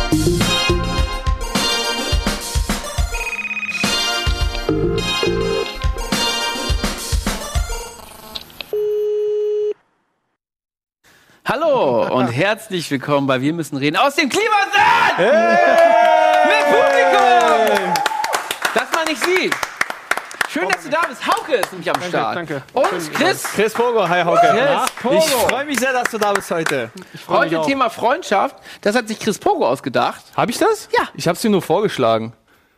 Hallo und herzlich willkommen bei Wir müssen reden aus dem Klimasee! Mit Publikum! Das man nicht sieht. Schön, dass du da bist. Hauke ist nämlich am Start. Danke. Und Chris Pogo. Hi, Hauke. Pogo. Ich freue mich sehr, dass du da bist heute. Heute Thema Freundschaft. Das hat sich Chris Pogo ausgedacht. Habe ich das? Ja. Ich habe es dir nur vorgeschlagen.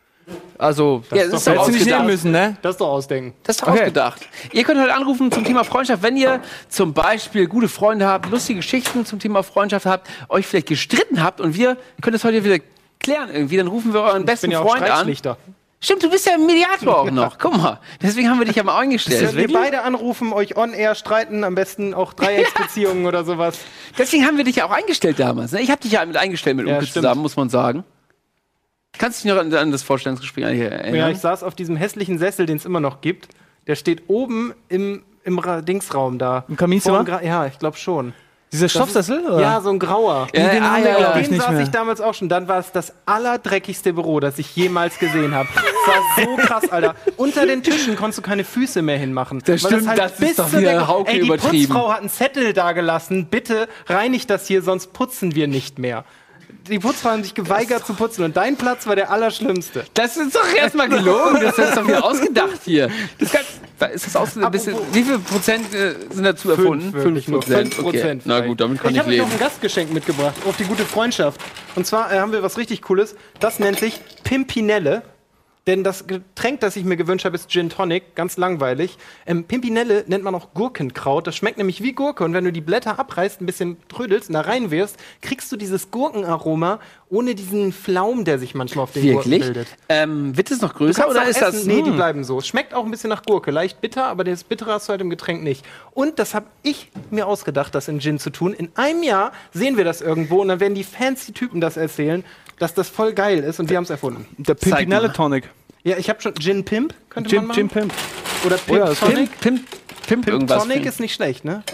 Also, das ist doch hättest du nicht nehmen ausgedacht. müssen, ne? Das ist doch ausdenken. Das ist ausgedacht. Ihr könnt heute anrufen zum Thema Freundschaft, wenn ihr zum Beispiel gute Freunde habt, lustige Geschichten zum Thema Freundschaft habt, euch vielleicht gestritten habt und wir können das heute wieder klären irgendwie. Dann rufen wir euren besten Freund an. Stimmt, du bist ja ein Mediator auch noch. Guck mal, deswegen haben wir dich ja mal eingestellt. Wenn wir beide anrufen, euch on-air streiten, am besten auch Dreiecksbeziehungen oder sowas. Deswegen haben wir dich ja auch eingestellt damals. Ne? Ich habe dich ja mit eingestellt mit Uke zusammen, muss man sagen. Kannst du dich noch an das Vorstellungsgespräch erinnern? Ja, ich saß auf diesem hässlichen Sessel, den es immer noch gibt. Der steht oben im Dingsraum da. Im Kaminzimmer? Ja, ich glaube schon. Dieser Stoffsessel? Oder? Ja, so ein grauer. Den haben wir, glaube ich, Den nicht saß mehr. ich damals auch schon. Dann war es das allerdreckigste Büro, das ich jemals gesehen habe. Es war so krass, Alter. Unter den Tischen konntest du keine Füße mehr hinmachen. Das stimmt, das ist doch wieder Hauke die übertrieben. Putzfrau hat einen Zettel da gelassen. Bitte reinigt das hier, sonst putzen wir nicht mehr. Die Putzfrau haben sich geweigert zu putzen und dein Platz war der allerschlimmste. Das ist doch erstmal gelogen. Das ist doch wieder ausgedacht hier. Ist das auch so ein bisschen. Wie viel Prozent sind dazu erfunden? 5%. 5%. Okay. Na gut, damit kann Ich ich habe euch noch leben. ein Gastgeschenk mitgebracht auf die gute Freundschaft. Und zwar haben wir was richtig Cooles. Das nennt sich Pimpinelle. Denn das Getränk, das ich mir gewünscht habe, ist Gin Tonic. Ganz langweilig. Pimpinelle nennt man auch Gurkenkraut. Das schmeckt nämlich wie Gurke. Und wenn du die Blätter abreißt, ein bisschen trödelst und da reinwirfst, kriegst du dieses Gurkenaroma ohne diesen Flaum, der sich manchmal auf den Gurken bildet. Wird es noch Du größer kannst oder auch ist essen. das? Nee, die bleiben so. Es schmeckt auch ein bisschen nach Gurke. Leicht bitter, aber das Bittere hast du halt im Getränk nicht. Und das habe ich mir ausgedacht, das in Gin zu tun. In einem Jahr sehen wir das irgendwo und dann werden die fancy Typen das erzählen, dass das voll geil ist und wir haben es erfunden. Der Pimpinelle Tonic. Ja, ich habe schon Gin Pimp, könnte man machen. Gin Pimp. Oder Pimp Tonic. Pimp irgendwas. Tonic ist nicht schlecht, ne?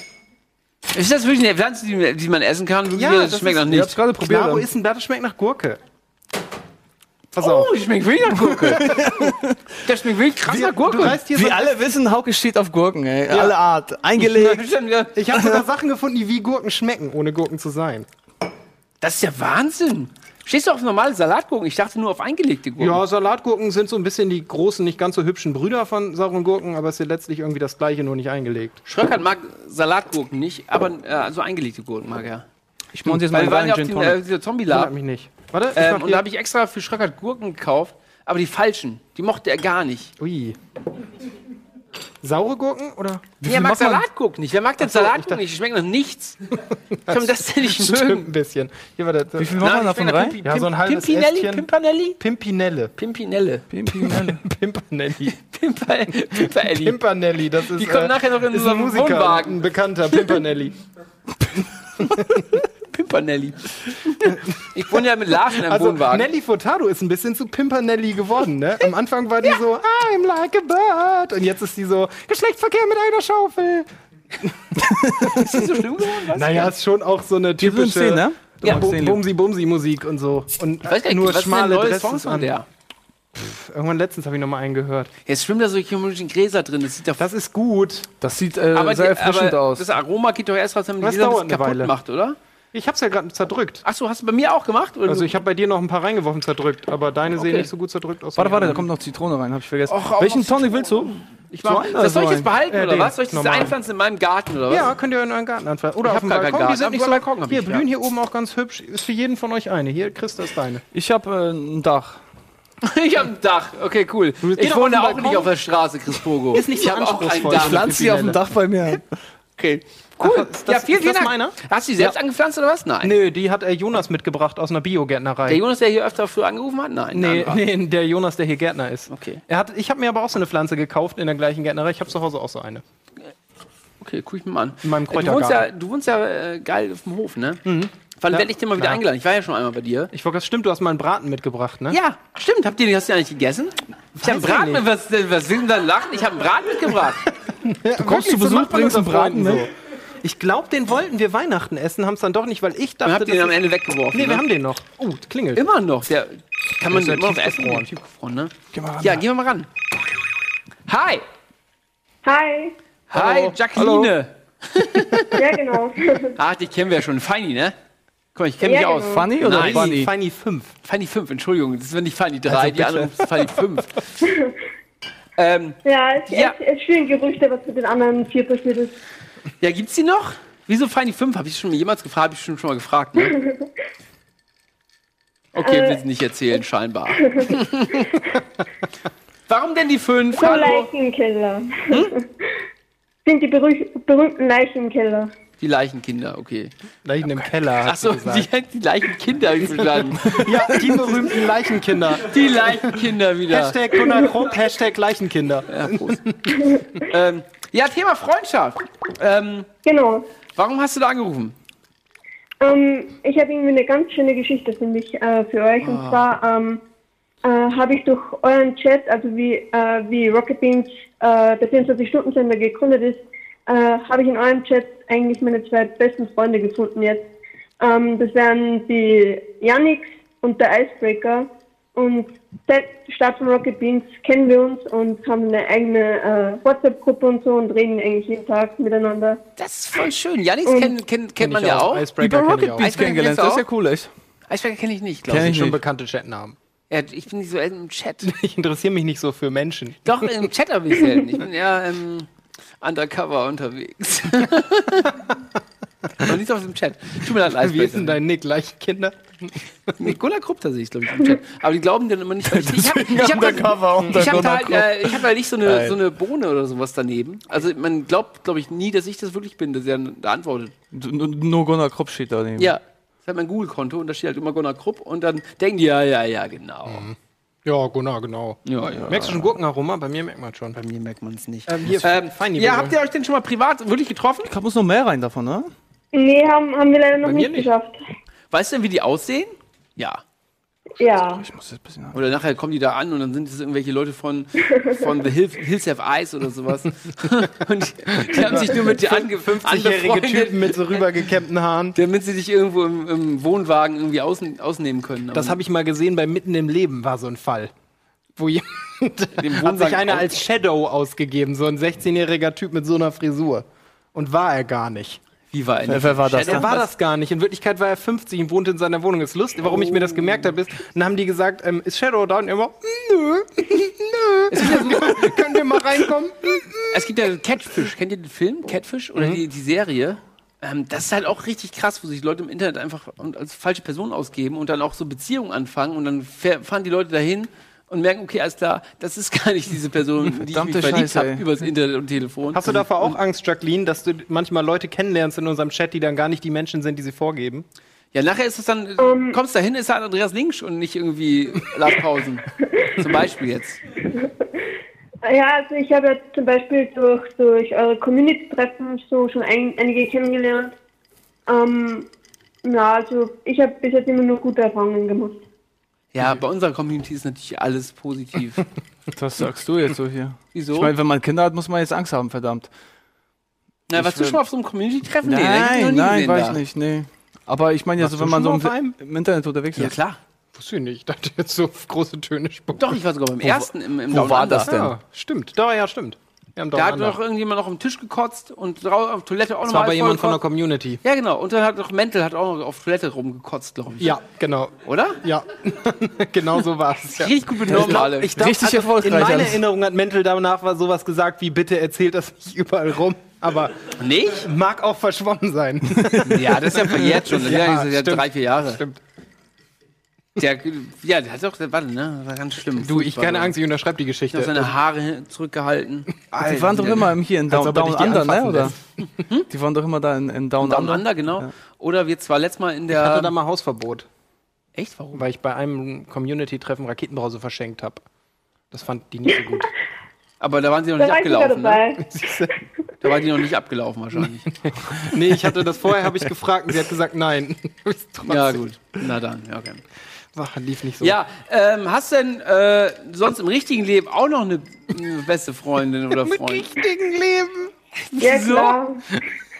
Ist das wirklich eine Pflanze, die man essen kann? Ja, das das schmeckt ist- noch Ich hab's nicht. gerade probiert. Klaro ist ein Blatt, das schmeckt nach Gurke. Pass auf. Oh, die schmeckt wirklich nach Gurke. Das schmeckt wirklich krass nach Gurke. Du reißt hier so Wie alle wissen, Hauke steht auf Gurken, ey. Alle Art. Eingelegt. ich habe sogar Sachen gefunden, die wie Gurken schmecken, ohne Gurken zu sein. Das ist ja Wahnsinn. Stehst du auf normale Salatgurken? Ich dachte nur auf eingelegte Gurken. Ja, Salatgurken sind so ein bisschen die großen, nicht ganz so hübschen Brüder von sauren Gurken, aber es ist ja letztlich irgendwie das Gleiche, nur nicht eingelegt. Schröckert mag Salatgurken nicht, aber so eingelegte Gurken mag er. Ich mach uns jetzt Weil mal wir waren ja rein, auf Gin dieser Tonic. Wundert Zombie-Lab. mich nicht. Warte, ich mach Und hier- da habe ich extra für Schröckert Gurken gekauft, aber die falschen. Die mochte er gar nicht. Ui. Saure Gurken oder? Wer mag Salatgurken nicht? Wer mag denn so, ich Salatgurken dachte- nicht? Die schmecken nach nichts. Kann man das denn nicht Stimmt mögen? ein bisschen. Hier war das. Wie viel machen wir davon rein? Ja, so ein halbes Pimpinelli? Ästchen. Pimpinelli? Pimpinelle. Pimpinelle. Pimpinelle. Pimpanelli. Pimperelli. Pimpanelli, das ist. Die kommt nachher noch in ist so ein einem Musiker, Wohnwagen. ein bekannter Pimpanelli. Pimpernelli. Ich wohne ja mit Lars in einem Also Wohnwagen. Nelly Furtado ist ein bisschen zu Pimpanelli geworden, ne? Am Anfang war die so, I'm like a bird. Und jetzt ist die so, Geschlechtsverkehr mit einer Schaufel. Ist das so schlimm geworden? Was? Naja, ist schon auch so eine Die würden typische sehen, ne? Du Ja, magst den Lied. Bumsi-Bumsi-Musik und so. Und Ich weiß gar nicht, nur was ist denn schmale ein neues Dresses Songs von an. der? Irgendwann letztens habe ich noch mal einen gehört. Jetzt schwimmen da so chemische Gräser drin. Das sieht doch Das ist gut. Das sieht aber sehr erfrischend aber aus. das Aroma geht doch erst raus, wenn man Das die das dauert eine kaputt Weile. macht, oder? Ich hab's ja gerade zerdrückt. Achso, hast du bei mir auch gemacht? Oder Also ich habe bei dir noch ein paar reingeworfen zerdrückt, aber deine sehen Okay. nicht so gut zerdrückt aus. Warte, da kommt noch Zitrone rein, hab ich vergessen. Och, auch Welchen noch Tonic willst du? ich so mach, einen das oder soll ich so jetzt behalten, oder den was? Soll ich das normalen. einpflanzen in meinem Garten, oder was? Ja, könnt ihr in euren Garten anpflanzen. Oder Ich auf dem hab gar keinen Balkon. Die Garten. sind nicht Am so. Balkon hab Hier ich, blühen ja. hier oben auch ganz hübsch. Ist für jeden von euch eine. Hier, Chris, das ist deine. Ich hab ein Dach. Ich hab ein Dach. Okay, cool. geh Ich doch wohne auf den auch nicht Balkon. auf der Straße, Chris Pogo. Ist nicht so ich habe auch ein anspruchsvoll. Dach. Pflanz Sie auf dem Dach bei mir. Okay. Cool. Ach, ist das- vielen ist das Dank. meiner? Hast du die selbst angepflanzt oder was? Nein. Nö, die hat Jonas mitgebracht aus einer Biogärtnerei. Der Jonas, der hier öfter früher angerufen hat? Nein. Nee, anderer. nee, der Jonas, der hier Gärtner ist. Okay. Ich habe mir aber auch so eine Pflanze gekauft in der gleichen Gärtnerei. Ich habe zu Hause auch so eine. Okay, guck ich mir mal an. In meinem Du wohnst Kräutergarten. ja geil auf dem Hof, ne? Wann werde ich dir mal wieder klar. eingeladen? Ich war ja schon einmal bei dir. Ich wollte, das stimmt, du hast mal einen Braten mitgebracht, ne? Ja, stimmt. Hast du den eigentlich gegessen? Ich habe einen Weiß ich Braten. nicht. Was will denn da lachen? Ich habe einen Braten mitgebracht. Du kommst zu Besuch, bringst einen Braten mit? Ich glaube, den wollten wir Weihnachten essen, haben es dann doch nicht, weil ich dachte, Dann habt ihr den am Ende weggeworfen. Nee, ne? wir haben den noch. Klingelt. Immer noch. Der kann man ist ja immer noch tiefgefroren. essen. Tiefgefroren, ne? Geh mal ran. Ja, gehen wir mal ran. Hi. Hi. Hi, Jacqueline. Ja, genau. Ach, dich kennen wir ja schon. Feini, ne? Guck mal, ich kenne mich Ja, aus. genau. Funny oder Nein. funny? Feini 5. Feini 5, Entschuldigung. Das ist nicht Feini 3, Also die andere ist Feini 5. Ja, Ja. es spielen Gerüchte, was mit den anderen 4 passiert ist. Ja, gibt's die noch? Wieso Feini 5? Habe ich schon jemals gefragt? Habe ich schon mal gefragt, ne? Okay, willst nicht erzählen, scheinbar. Warum denn die 5? So Hallo? Leichenkiller. Sind die berühmten Leichenkiller. Die Leichenkinder, okay. Leichen im Keller, hat Achso, sie gesagt. die Leichenkinder, hab ich verstanden. Ja, die berühmten Leichenkinder. Die Leichenkinder wieder. Hashtag Gunnar Krupp, Hashtag Leichenkinder. Ja, Prost. Ja, Thema Freundschaft. Genau. Warum hast du da angerufen? Ich habe irgendwie eine ganz schöne Geschichte, finde ich, für euch. Und zwar habe ich durch euren Chat, also wie Rocket Beans, der 24-Stunden-Sender gegründet ist, habe ich in eurem Chat eigentlich meine 2 besten Freunde gefunden jetzt. Das wären die Yannicks und der Icebreaker. Und seit Start von Rocket Beans kennen wir uns und haben eine eigene WhatsApp-Gruppe und so und reden eigentlich jeden Tag miteinander. Das ist voll schön. Janix kennt man ja auch. Icebreaker kenn ich auch. Beans Kennengelernt, das ist ja cool, echt. Icebreaker kenne ich nicht, glaube Kenn ich. ich Schon nicht. bekannte Chatnamen. Ja, ich bin nicht so im Chat. Ich interessiere mich nicht so für Menschen. Doch, im Chat habe ich selten. Ich bin eher undercover unterwegs. Und nicht auf dem Chat. Tut mir leid, Icebreaker. Wie ist denn dein Nick? Leichenkinder? Mit Gunnar Krupp tatsächlich, glaube ich, im Chat. Aber die glauben dann immer nicht. Ich habe Undercover unter hab Gunnar hab halt nicht so eine Bohne oder sowas daneben. Also man glaubt, glaube ich, nie, dass ich das wirklich bin, dass er da antwortet. Nur Gunnar Krupp steht da neben. Ja, das ist halt mein Google-Konto und da steht halt immer Gunnar Krupp und dann denken die, ja, genau. Ja, Gunnar, genau. Ja. Merkst du schon Gurkenaroma? Bei mir merkt man schon. Bei mir merkt man es nicht. Hier ist Feini, Ja, bitte. habt ihr euch denn schon mal privat wirklich getroffen? Da muss noch mehr rein davon, ne? Nee, haben wir leider noch Bei mir nicht nicht. geschafft. Weißt du denn, wie die aussehen? Ja. Ja. Ich muss jetzt ein bisschen haben. Oder nachher kommen die da an und dann sind es irgendwelche Leute von The Hills Have Eyes oder sowas. Und die haben sich nur mit dir 50-jährige Typen mit so rübergekämmten Haaren. damit sie dich irgendwo im Wohnwagen irgendwie ausnehmen können. Das habe ich mal gesehen bei Mitten im Leben, war so ein Fall. Wo jemand hat Wohnwagen sich einer auch- als Shadow ausgegeben, so ein 16-jähriger Typ mit so einer Frisur. Und war er gar nicht. Wie war Wer war das? Er war das gar nicht. In Wirklichkeit war er 50 und wohnte in seiner Wohnung. Ist lustig, warum ich mir das gemerkt habe, ist, dann haben die gesagt, ist Shadow da? Und er immer, nö. Können wir mal reinkommen? Es gibt ja Catfish. Kennt ihr den Film Catfish oder die Serie? Das ist halt auch richtig krass, wo sich Leute im Internet einfach als falsche Person ausgeben und dann auch so Beziehungen anfangen und dann fahren die Leute dahin und merken, okay, alles klar, das ist gar nicht diese Person, die ich mich Verdammte verliebt Scheiße, habe ey. übers Internet und Telefon. Hast du davor auch Angst, Jacqueline, dass du manchmal Leute kennenlernst in unserem Chat, die dann gar nicht die Menschen sind, die sie vorgeben? Ja, nachher ist es dann, kommst dahin, ist halt Andreas Links und nicht irgendwie Lars Pausen. Zum Beispiel jetzt. Ja, also ich habe ja zum Beispiel durch eure Community-Treffen so schon einige kennengelernt. Ja, also ich habe bis jetzt immer nur gute Erfahrungen gemacht. Ja, bei unserer Community ist natürlich alles positiv. Das sagst du jetzt so hier. Wieso? Ich meine, wenn man Kinder hat, muss man jetzt Angst haben, verdammt. Na, warst du schon mal auf so einem Community-Treffen? Nein, gesehen war ich da. nicht, nee. Aber ich meine ja Warst so, du wenn man so schon mal auf einem? im Internet unterwegs ist. Ja, klar. Wusste ich nicht. Ich dachte jetzt so große Töne spucken. Doch, ich war sogar beim ersten im wo Down war Under. das denn? Ah, stimmt. Doch, ja, stimmt. Wir haben Da Down hat Under. noch irgendjemand noch auf den Tisch gekotzt und auf Toilette auch Das noch war mal bei jemand von der vollgekotzt. Community. Ja, genau. Und dann hat noch Mental hat auch noch auf Toilette rumgekotzt, glaube ich. Ja, genau. Oder? Ja, genau so war es. Ja. Richtig gut benommen alle. Ich glaub, Richtig erfolgreich In meiner alles. Erinnerung hat Mental danach war sowas gesagt wie, bitte erzählt das nicht überall rum. Aber Nicht? mag auch verschwommen sein. Ja, das ist ja verjährt schon. Ja, Das ist ja stimmt. 3-4 Jahre. Stimmt. Der hat doch, warte, ne? Das war ganz schlimm. Du, ich keine Angst, ich unterschreibe die Ich Geschichte. habe seine Haare zurückgehalten. Die waren doch immer hier in Als Down, ob er Down dich die Under, ne? anfassen Oder? Die waren doch immer da in Down, Down Under. Under, genau. Oder wir zwar letztes Mal in Ich hatte da der. mal Hausverbot, Echt? Warum? weil ich bei einem Community-Treffen Raketenbrause verschenkt habe. Das fand die nicht so gut. Aber da waren sie noch Da nicht war ich sogar abgelaufen. Ne? dabei. Da war die noch nicht abgelaufen wahrscheinlich. Nee, ich hatte das vorher, habe ich gefragt und sie hat gesagt, nein. Trotzdem. Ja, gut. Na dann, ja, okay. Lief nicht so. Ja, hast du denn sonst im richtigen Leben auch noch eine beste Freundin oder Im Freund? richtigen Leben. Ja, Wieso? klar.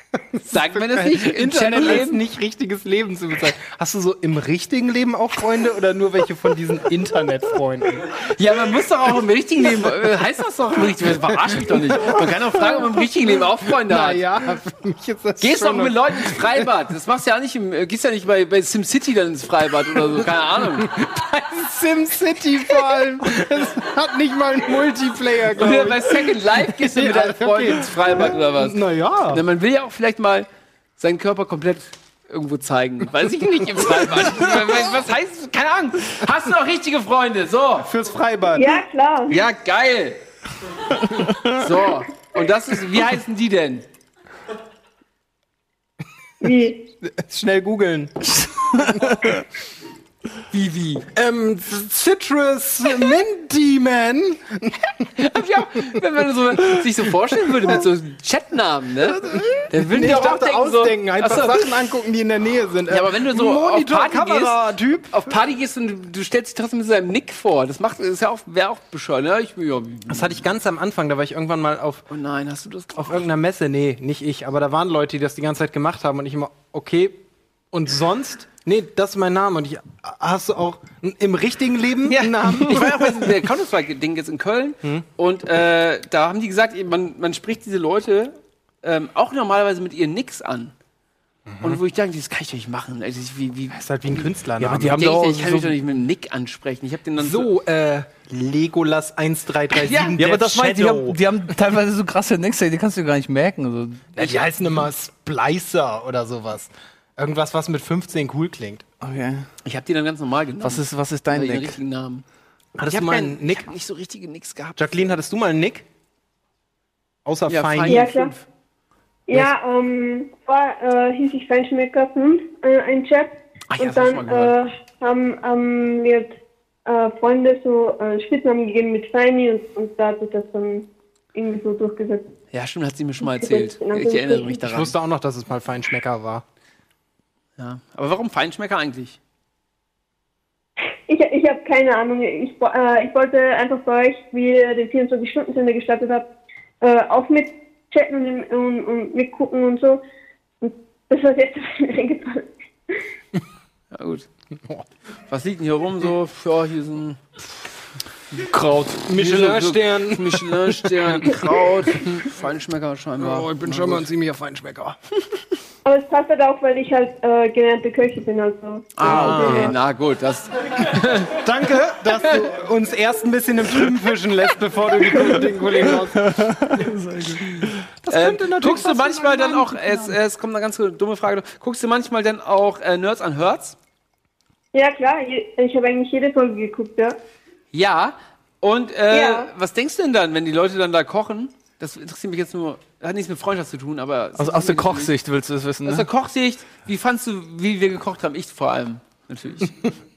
Sagt man das nicht? Im Internet als Chat-Leben? nicht richtiges Leben zu bezeichnen. Hast du so im richtigen Leben auch Freunde oder nur welche von diesen Internetfreunden? Ja, man muss doch auch im richtigen Leben, heißt das doch im richtigen Leben, verarsch mich doch nicht. Man kann auch fragen, ob man im richtigen Leben auch Freunde hat. Naja, für mich ist das Gehst schon doch mit Leuten ins Freibad. Das machst du ja nicht gehst ja nicht bei SimCity dann ins Freibad oder so, keine Ahnung. SimCity vor allem. Es hat nicht mal einen Multiplayer, Oder glaube bei Second Life gehst du mit deinen Freunden ins Freibad oder was? Naja. Na, man will ja auch vielleicht mal seinen Körper komplett irgendwo zeigen. Weiß ich nicht, im Freibad. Was heißt, keine Ahnung. Hast du noch richtige Freunde? So. Fürs Freibad. Ja, klar. Ja, geil. So. Und das ist, wie heißen die denn? Wie? Schnell googeln. Wie? Citrus Minty Man. Ja, wenn man so, sich so vorstellen würde mit so Chatnamen, ne? Dann würden die Nicht doch auch da denken so, ausdenken, einfach achso, Sachen angucken, die in der Nähe sind. ja, aber wenn du so auf Party Kamera-Typ. gehst, und du stellst dich trotzdem mit so einem Nick vor, das ist ja auch, wäre auch bescheuert, ne? Das hatte ich ganz am Anfang, da war ich irgendwann mal auf Oh nein, hast du das irgendeiner Messe. Nee, nicht ich, aber da waren Leute, die das die ganze Zeit gemacht haben und ich immer, okay, und sonst? Nee, das ist mein Name. Und hast du auch im richtigen Leben einen Namen? Ich war ja auch bei diesem Counter-Strike-Ding jetzt in Köln und da haben die gesagt, man spricht diese Leute auch normalerweise mit ihren Nicks an. Und wo ich dachte, das kann ich doch nicht machen. Also, Das ist halt wie ein Künstlername. Ja, aber die haben ich doch auch kann mich doch nicht mit einem Nick ansprechen. Ich habe den dann Legolas 1337. Ja, Ja, aber das meint, Shadow. die haben teilweise so krasse Nicks, die kannst du gar nicht merken. Also, Ja, die heißen immer Splicer oder sowas. Irgendwas, was mit 15 cool klingt. okay. Ich habe die dann ganz normal genommen. Was ist dein ihren Nick? richtigen Namen. Hattest Ich du hab mal einen Ich Nick? habe nicht so richtige Nicks gehabt. Jacqueline, hattest du mal einen Nick? Außer Ja, Feini? Feini. Ja, klar. Ja, hieß ich Feinschmecker 5, ein Chat. Ach ja, Und das hab ich schon mal dann haben mir Freunde so Spitznamen gegeben mit Feini und da hat sich das dann irgendwie so durchgesetzt. Ja, stimmt, hat sie mir schon mal erzählt. Ich erinnere mich Ich daran. wusste auch noch, dass es mal Feinschmecker war. Ja. Aber warum Feinschmecker eigentlich? Ich habe keine Ahnung. Ich wollte einfach bei euch, wie ihr den 24-Stunden-Sender gestartet habt, auch mit chatten und mitgucken und so. Und das war jetzt mir eingefallen. Ja, gut. Was liegt denn hier rum so? Ja, hier sind Kraut. Michelin-Stern. Michelin-Stern, Kraut, Feinschmecker scheinbar. Oh, ich bin schon mal ein ziemlicher Feinschmecker. Aber es passt halt auch, weil ich halt gelernte Köche bin. Also. Okay, na gut, das. Danke, dass du uns erst ein bisschen im Trüben fischen lässt, bevor du den Kollegen raus. Guckst du manchmal dann auch, es kommt eine ganz dumme Frage, guckst du manchmal dann auch Nerds an Herz? Ja, klar. Ich habe eigentlich jede Folge geguckt, ja. Ja. Und Ja. was denkst du denn dann, wenn die Leute dann da kochen? Das interessiert mich jetzt nur, hat nichts mit Freundschaft zu tun, aber... Aus der Kochsicht willst du das wissen, Aus ne? der Kochsicht, wie fandst du, wie wir gekocht haben? Ich vor allem, natürlich.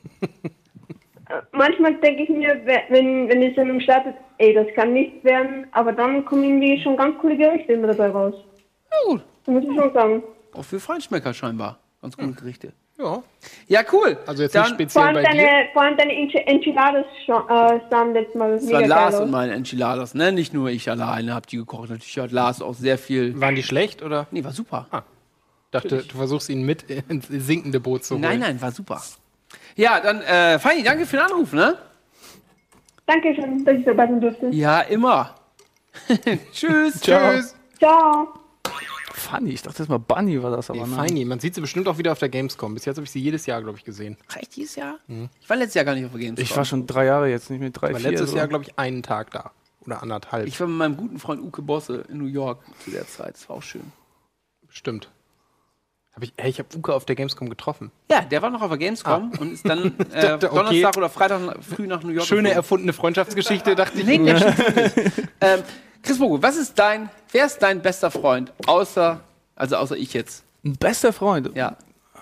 Manchmal denke ich mir, wenn die Sendung startet, ey, das kann nichts werden, aber dann kommen irgendwie schon ganz coole Gerichte immer dabei raus. Ja, gut. Das muss ich schon sagen. Auch für Feinschmecker scheinbar. Ganz gute Gerichte. Ja, Ja, cool. also jetzt Dann, nicht Vor speziell allem bei dir. deine Enchiladas sahen letztes Mal das war mega Lars geil und aus. meine Enchiladas, ne? Nicht nur ich alleine hab die gekocht. Natürlich hat Lars auch sehr viel... Waren die schlecht oder? Nee, war super. Ich dachte, du versuchst ihn mit ins sinkende Boot zu holen. Nein, war super. Ja, dann, Feini, danke für den Anruf, ne? Danke schön, dass ich dabei sein durfte. Ja, immer. Tschüss. Tschüss. Ciao. Funny, ich dachte jetzt mal Bunny war das, aber Nee, nein. Feini, man sieht sie bestimmt auch wieder auf der Gamescom. Bis jetzt habe ich sie jedes Jahr, glaube ich, gesehen. Echt dieses Jahr? Ich war letztes Jahr gar nicht auf der Gamescom. Ich war schon 3 Jahre jetzt, nicht mit 3, Aber 4. letztes so. Jahr, glaube ich, einen Tag da. Oder anderthalb. Ich war mit meinem guten Freund Uke Bosse in New York zu der Zeit. Das war auch schön. Stimmt. Ich habe Uke auf der Gamescom getroffen. Ja, der war noch auf der Gamescom und ist dann dachte, okay. Donnerstag oder Freitag früh nach New York Schöne geflogen. erfundene Freundschaftsgeschichte, dachte ich. Nee, der stimmt wirklich. Chris Bogo, wer ist dein bester Freund? Außer ich jetzt. Ein bester Freund. Ja.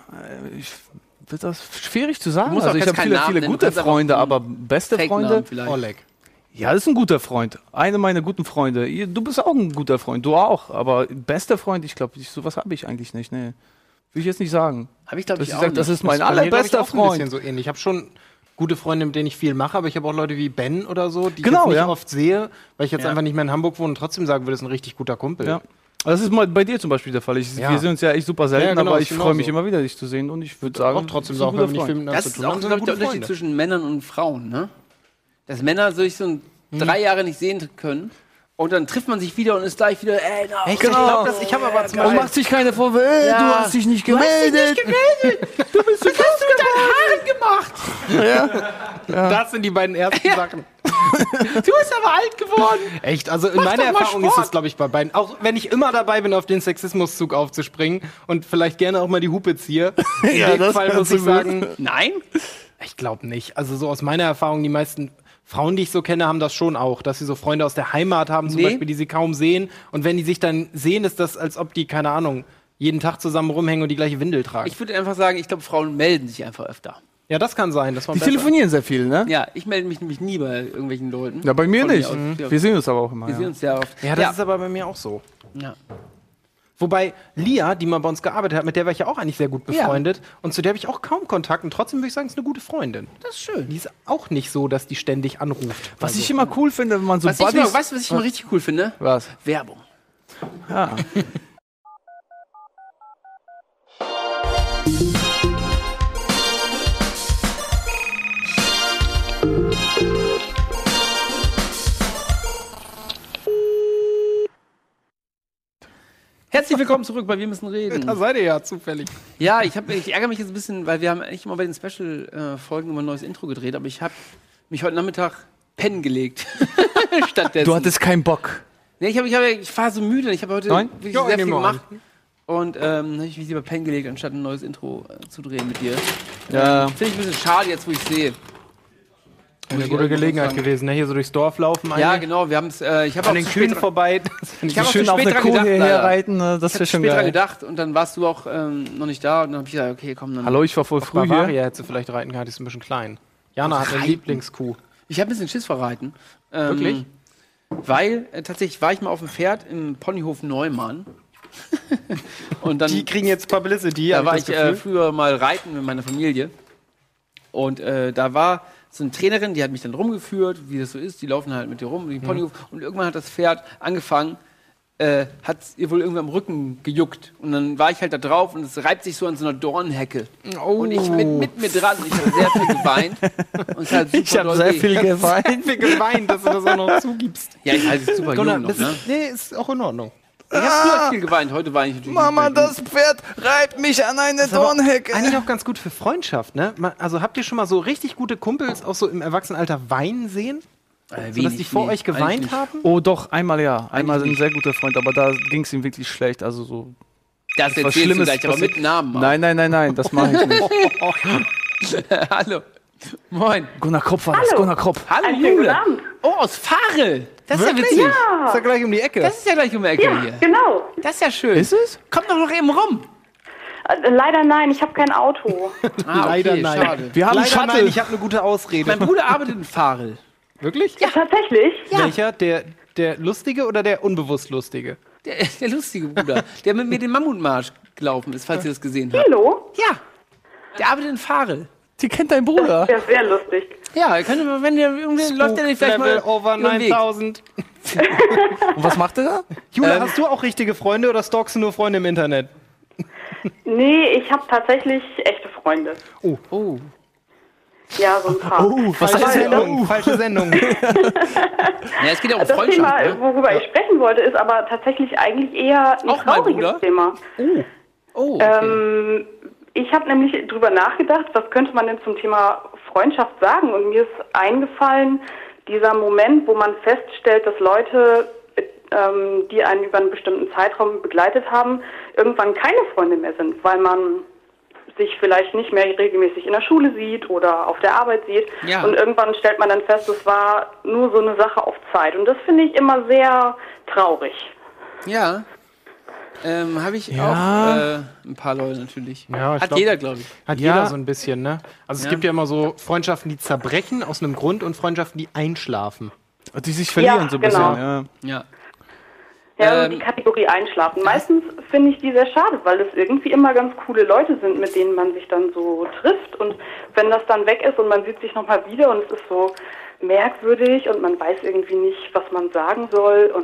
Wird das schwierig zu sagen. Du musst auch Also ich jetzt habe keinen Namen viele nennen, gute du kannst aber Freunde, einen aber beste Fake-Namen Freunde. vielleicht. Oleg. Ja, das ist ein guter Freund. Einer meiner guten Freunde. Du bist auch ein guter Freund, du auch. Aber bester Freund, ich glaube, sowas habe ich eigentlich nicht. Nee. Will ich jetzt nicht sagen. Habe ich, glaube Das, ich, ich auch sag, nicht. das ist mein Bei mir, glaub ich, allerbester auch so ein bisschen Freund. so ähnlich. Ich habe schon gute Freunde, mit denen ich viel mache, aber ich habe auch Leute wie Ben oder so, die ich Genau, jetzt nicht ja. oft sehe, weil ich jetzt Ja. einfach nicht mehr in Hamburg wohne und trotzdem sagen würde, das ist ein richtig guter Kumpel. Ja. Das ist mal bei dir zum Beispiel der Fall. Wir sehen uns ja echt super selten, Ja, genau, aber ich ist freue mich genauso. immer wieder, dich zu sehen und ich würde sagen, Auch trotzdem bist du ein sagen, wenn wir guter nicht viel Freund. miteinander Das zu ist tun auch, haben, glaube sind ich, wir der gute Unterschied Freunde. zwischen Männern und Frauen, ne? Dass Männer sich so 3 Jahre nicht sehen können und dann trifft man sich wieder und ist gleich wieder, na, Echt? Genau. Ich habe aber zum Und Beispiel... macht sich keine Vorwürfe, Ja. du hast dich nicht gemeldet. Du bist so was hast du mit deinen Haaren gemacht? Das sind die beiden ersten Sachen. Du bist aber alt geworden. Echt? Also in Mach meiner doch mal Erfahrung ist Sport. es, glaube ich, bei beiden. Auch wenn ich immer dabei bin, auf den Sexismuszug aufzuspringen und vielleicht gerne auch mal die Hupe ziehe. In Ja, dem das Fall muss kannst du ich sagen, Nein? ich glaube nicht. Also so aus meiner Erfahrung, die meisten Frauen, die ich so kenne, haben das schon auch, dass sie so Freunde aus der Heimat haben, zum Nee. Beispiel, die sie kaum sehen. Und wenn die sich dann sehen, ist das, als ob die, keine Ahnung, jeden Tag zusammen rumhängen und die gleiche Windel tragen. Ich würde einfach sagen, ich glaube, Frauen melden sich einfach öfter. Ja, das kann sein. Das war Die besser. telefonieren sehr viel, ne? Ja, ich melde mich nämlich nie bei irgendwelchen Leuten. Ja, bei mir Von nicht. aus. Ja. Wir sehen uns aber auch immer. Wir sehen Ja. uns sehr oft. Ja, das ist aber bei mir auch so. ja. Wobei Lia, die mal bei uns gearbeitet hat, mit der war ich ja auch eigentlich sehr gut befreundet. Und zu der habe ich auch kaum Kontakt. Und trotzdem würde ich sagen, ist eine gute Freundin. Das ist schön. Die ist auch nicht so, dass die ständig anruft. Was ich immer cool finde, wenn man so Weißt du, Buddies... was ich mal richtig cool finde? Was? Werbung. Ja. Herzlich willkommen zurück bei Wir müssen reden. Da seid ihr ja zufällig. Ja, ich ärgere mich jetzt ein bisschen, weil wir haben eigentlich immer bei den Special-Folgen immer ein neues Intro gedreht, aber ich habe mich heute Nachmittag pennen gelegt. Stattdessen. Du hattest keinen Bock. Nee, ich war so müde. Ich habe heute Nein? wirklich Ja, sehr nehmen viel wir an. gemacht. Und dann habe ich mich lieber pennen gelegt, anstatt ein neues Intro zu drehen mit dir. Ja. Finde ich ein bisschen schade jetzt, wo ich sehe. Eine gute Gelegenheit gewesen, ne? Hier so durchs Dorf laufen. Ja, eigentlich. genau. Wir haben es. Ich habe An den Kühen vorbei. Ich habe auch Schön zu auf spät der dran Kuh gedacht, hierher leider. reiten, ne? Das Ich wäre habe schon spät dran geil. gedacht und dann warst du auch noch nicht da und dann habe ich gesagt, okay, komm dann. Hallo, ich war voll früh hier. Bavaria hättest du vielleicht reiten können, die ist ein bisschen klein. Jana hat eine Reiten? Lieblingskuh. Ich habe ein bisschen Schiss vor Reiten. Wirklich? Weil tatsächlich war ich mal auf dem Pferd im Ponyhof Neumann. Und dann Die kriegen jetzt Publicity, da hab war das ich Gefühl. früher mal reiten mit meiner Familie. Und da war so eine Trainerin, die hat mich dann rumgeführt, wie das so ist. Die laufen halt mit dir rum, die Ponyhof. Und irgendwann hat das Pferd angefangen, hat ihr wohl irgendwie am Rücken gejuckt. Und dann war ich halt da drauf und es reibt sich so an so einer Dornhecke. Und ich mit mir dran. Ich habe sehr viel geweint. Und es hat super Ich habe doll sehr weh. viel geweint. Wie gemeint, dass du das auch noch zugibst. Ja, ich halte es super Gunnar, jung noch, das ne? ist, nee, ist auch in Ordnung. Ich habe früher viel geweint, heute weine ich natürlich Mama, nicht mehr. das Pferd reibt mich an eine ist aber Dornhecke. Eigentlich auch ganz gut für Freundschaft, ne? Also habt ihr schon mal so richtig gute Kumpels auch so im Erwachsenenalter weinen sehen? So, dass die vor euch geweint haben? Oh doch, einmal ja. Einmal Eigentlich ein sehr guter Freund, aber da ging es ihm wirklich schlecht. Also so Das was erzählst du Schlimmes gleich, aber passiert. mit Namen. auch. Nein, das mache ich nicht. Hallo. Moin. Gunnar Kropf war das, Gunnar Kropf. Hallo, Einen schönen guten Jule. Abend. Oh, aus Farel. Das ist ja Wirklich? witzig. Ist ja gleich um die Ecke. Das ist ja gleich um die Ecke Ja, hier. genau. Das ist ja schön. Ist es? Kommt doch noch eben rum. Leider nein, ich habe kein Auto. Leider nein. Schade. Wir haben Leider Shuttle. nein, ich habe eine gute Ausrede. Mein Bruder arbeitet in Farel. Wirklich? Ja. Tatsächlich? Welcher? Der Lustige oder der unbewusst Lustige? Der lustige Bruder, der mit mir den Mammutmarsch gelaufen ist, falls ihr das gesehen habt. Hallo? Ja. Der arbeitet in Farel. Die kennt dein Bruder. Ja, sehr lustig. Ja, ihr könnt mal, wenn der irgendwie läuft der nicht vielleicht mal Level over über den Weg. 9000. Und was macht er da? Jule, hast du auch richtige Freunde oder stalkst du nur Freunde im Internet? Nee, ich habe tatsächlich echte Freunde. Oh. Ja, so ein paar. Was Falsche heißt denn? Sendung. Falsche Sendung. Ja, es geht ja um Das Freundschaft. Thema, Ne? worüber ich sprechen wollte, ist aber tatsächlich eigentlich eher ein Auch mein trauriges Bruder? Thema. Oh, okay. Ich habe nämlich drüber nachgedacht, was könnte man denn zum Thema Freundschaft sagen? Und mir ist eingefallen, dieser Moment, wo man feststellt, dass Leute, die einen über einen bestimmten Zeitraum begleitet haben, irgendwann keine Freunde mehr sind, weil man sich vielleicht nicht mehr regelmäßig in der Schule sieht oder auf der Arbeit sieht. Ja. Und irgendwann stellt man dann fest, es war nur so eine Sache auf Zeit. Und das finde ich immer sehr traurig. Ja. Habe ich Ja. auch ein paar Leute natürlich. Ja, ich Hat glaub- jeder, glaube ich. Hat Ja. jeder so ein bisschen, ne? Also es Ja. gibt ja immer so Freundschaften, die zerbrechen aus einem Grund und Freundschaften, die einschlafen. Die sich verlieren Ja, so ein genau. bisschen. Ja. Ja. Ja, also die Kategorie Einschlafen. Meistens finde ich die sehr schade, weil es irgendwie immer ganz coole Leute sind, mit denen man sich dann so trifft. Und wenn das dann weg ist und man sieht sich nochmal wieder und es ist so merkwürdig und man weiß irgendwie nicht, was man sagen soll und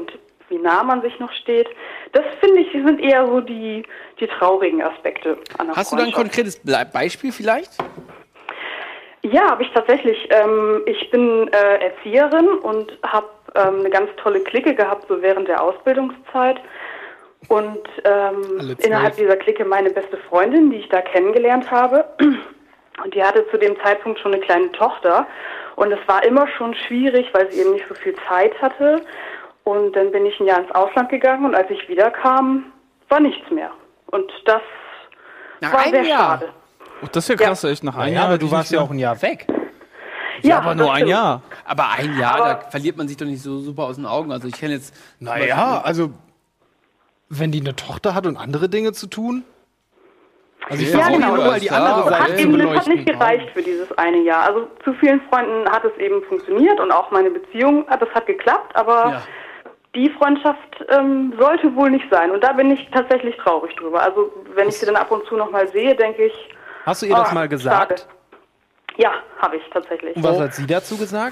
wie nah man sich noch steht. Das finde ich, sind eher so die traurigen Aspekte an der Hast du da ein Freundschaft. konkretes Beispiel vielleicht? Ja, habe ich tatsächlich. Ich bin Erzieherin und habe eine ganz tolle Clique gehabt, so während der Ausbildungszeit. Und innerhalb dieser Clique meine beste Freundin, die ich da kennengelernt habe. Und die hatte zu dem Zeitpunkt schon eine kleine Tochter. Und es war immer schon schwierig, weil sie eben nicht so viel Zeit hatte. Und dann bin ich ein Jahr ins Ausland gegangen und als ich wiederkam, war nichts mehr. Und das war sehr schade. Oh, das ist ja krass, echt nach einem Jahr. aber du warst ja auch ein Jahr weg. Ja, aber nur das ein stimmt. Jahr. Aber ein Jahr, da verliert man sich doch nicht so super aus den Augen. Also ich kenne jetzt... Naja, also wenn die eine Tochter hat und andere Dinge zu tun. Also ich Ja, versuche genau. nur mal die andere Das hat Seite zu eben, das hat beleuchten. nicht gereicht für dieses eine Jahr. Also zu vielen Freunden hat es eben funktioniert und auch meine Beziehung, das hat geklappt, aber Ja. die Freundschaft sollte wohl nicht sein. Und da bin ich tatsächlich traurig drüber. Also wenn ich sie dann ab und zu noch mal sehe, denke ich... Hast du ihr das mal gesagt? Schade. Ja, habe ich tatsächlich. Und was hat sie dazu gesagt?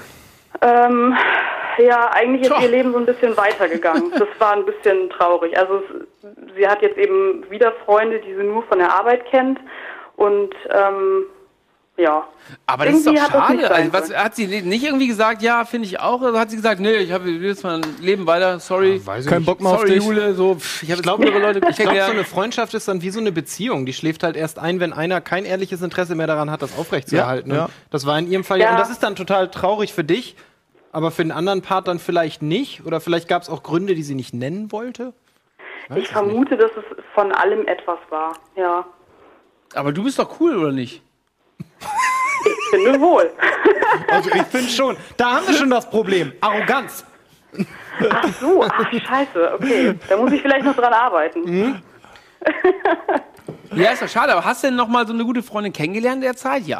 Ja, eigentlich ist ihr Leben so ein bisschen weitergegangen. Das war ein bisschen traurig. Also sie hat jetzt eben wieder Freunde, die sie nur von der Arbeit kennt. Und ja. Aber das ist doch Irgendwie hat das nicht schade. sein Also, hat sie nicht irgendwie gesagt, ja, finde ich auch? Oder hat sie gesagt, nee, ich habe jetzt mein Leben weiter, sorry. Kein Bock mehr auf Sorry, dich. Jule, so, ich habe Ich jetzt andere Leute glaube, so kennengelernt. eine Freundschaft ist dann wie so eine Beziehung. Die schläft halt erst ein, wenn einer kein ehrliches Interesse mehr daran hat, das aufrechtzuerhalten. Ja, ja. Und das war in ihrem Fall Ja. Und das ist dann total traurig für dich, aber für den anderen Part dann vielleicht nicht. Oder vielleicht gab es auch Gründe, die sie nicht nennen wollte. Ich vermute, dass es von allem etwas war. Ja. Aber du bist doch cool, oder nicht? Ich finde wohl. Also ich finde schon, da haben wir schon das Problem. Arroganz. Ach so, ach scheiße, okay. Da muss ich vielleicht noch dran arbeiten. Ja, ist doch schade. Aber hast du denn noch mal so eine gute Freundin kennengelernt in der Zeit? Ja.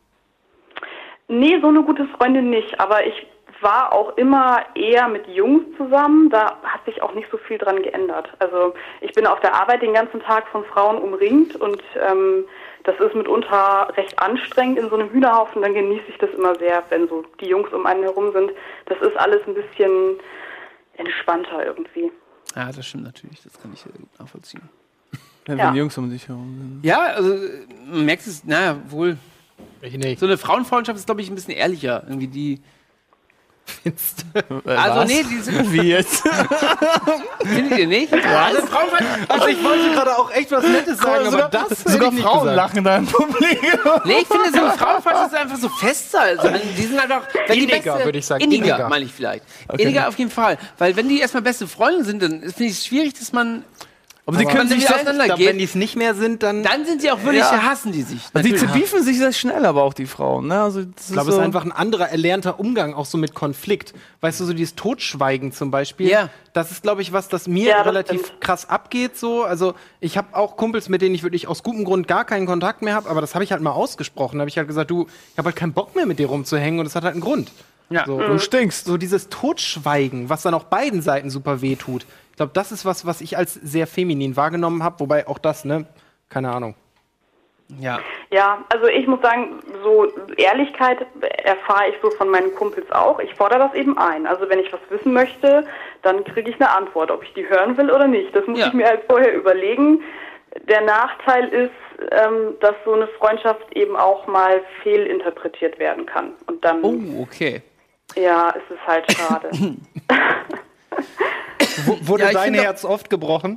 Nee, so eine gute Freundin nicht. Aber ich war auch immer eher mit Jungs zusammen. Da hat sich auch nicht so viel dran geändert. Also ich bin auf der Arbeit den ganzen Tag von Frauen umringt und das ist mitunter recht anstrengend in so einem Hühnerhaufen. Dann genieße ich das immer sehr, wenn so die Jungs um einen herum sind. Das ist alles ein bisschen entspannter irgendwie. Ja, das stimmt natürlich. Das kann ich gut nachvollziehen. Ja, Ja. wenn Jungs um dich herum sind. Ja, also man merkt es, naja, wohl. Ich nicht. So eine Frauenfreundschaft ist, glaube ich, ein bisschen ehrlicher. Irgendwie die. Also, was? nee, die sind. Wie jetzt? Findet ihr nicht? Also, Frauenfreundschaft. Also ich wollte gerade auch echt was Nettes sagen, aber das hätte sogar ich nicht Frauen gesagt. lachen da im Publikum. Nee, ich finde, so eine Frauenfreundschaft ist einfach so fester. Also, die sind einfach. Wenn die Inniger, würde ich sagen. Inniger, Inniger. meine ich vielleicht. Inniger auf jeden Fall. Weil, wenn die erstmal beste Freunde sind, dann finde ich es schwierig, dass man. Aber die können wenn sich die sehr, auseinander Ich glaube, wenn gehen, die es nicht mehr sind, dann... dann sind sie auch wirklich, Ja. hassen die sich. also die Natürlich. zerbeefen sich sehr schnell, aber auch die Frauen. Ne? Also, das Ich glaube, es ist einfach ein anderer erlernter Umgang, auch so mit Konflikt. Weißt du, so dieses Totschweigen zum Beispiel. Ja. Das ist, glaube ich, was, das mir Ja, das relativ stimmt. krass abgeht. So. Also ich habe auch Kumpels, mit denen ich wirklich aus gutem Grund gar keinen Kontakt mehr habe, aber das habe ich halt mal ausgesprochen. Da habe ich halt gesagt, du, ich habe halt keinen Bock mehr mit dir rumzuhängen und das hat halt einen Grund. Ja. So, Du stinkst. so dieses Totschweigen, was dann auch beiden Seiten super weh tut. Ich glaube, das ist was ich als sehr feminin wahrgenommen habe, wobei auch das, ne, keine Ahnung. Ja. Ja, also ich muss sagen, so Ehrlichkeit erfahre ich so von meinen Kumpels auch. Ich fordere das eben ein. Also wenn ich was wissen möchte, dann kriege ich eine Antwort, ob ich die hören will oder nicht. Das muss Ja. ich mir halt vorher überlegen. Der Nachteil ist, dass so eine Freundschaft eben auch mal fehlinterpretiert werden kann. Und dann, Oh, okay. ja, ist es halt schade. Wurde Ja, ich dein finde- Herz oft gebrochen?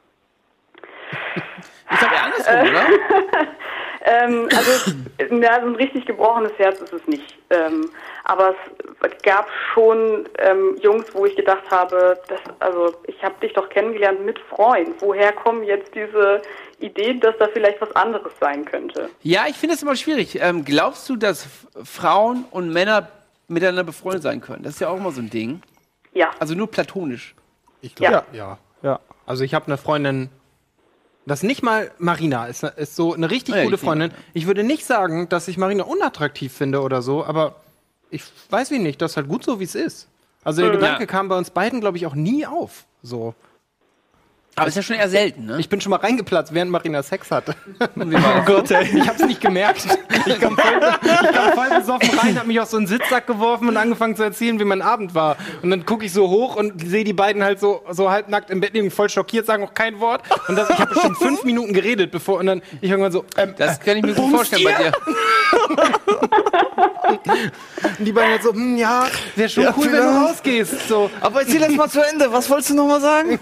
Ich glaube eher andersrum, oder? Also, ja, so ein richtig gebrochenes Herz ist es nicht. Aber es gab schon Jungs, wo ich gedacht habe, also ich habe dich doch kennengelernt mit Freund. Woher kommen jetzt diese Ideen, dass da vielleicht was anderes sein könnte? Ja, ich finde es immer schwierig. Glaubst du, dass Frauen und Männer miteinander befreundet sein können? Das ist ja auch immer so ein Ding. Ja. Also nur platonisch. Ich glaube, Ja. ja. Also ich habe eine Freundin, das nicht mal Marina, ist so eine richtig Ja, gute ich Freundin. Ich würde nicht sagen, dass ich Marina unattraktiv finde oder so, aber ich weiß wie nicht, das ist halt gut so, wie es ist. Also der Gedanke kam bei uns beiden, glaube ich, auch nie auf. So. Aber ist ja schon eher selten, ne? Ich bin schon mal reingeplatzt, während Marina Sex hatte. Oh Gott, ey. Ich hab's nicht gemerkt. Ich kam voll besoffen rein, hab mich auf so einen Sitzsack geworfen und angefangen zu erzählen, wie mein Abend war. Und dann gucke ich so hoch und sehe die beiden halt so halbnackt im Bett liegen, voll schockiert, sagen auch kein Wort. Und ich habe schon 5 Minuten geredet, bevor, und dann ich irgendwann so, das kann ich mir gut vorstellen bei dir. Und die beiden halt so, ja, wäre schon cool, wenn du rausgehst. So. Aber erzähl erst mal zu Ende. Was wolltest du noch mal sagen?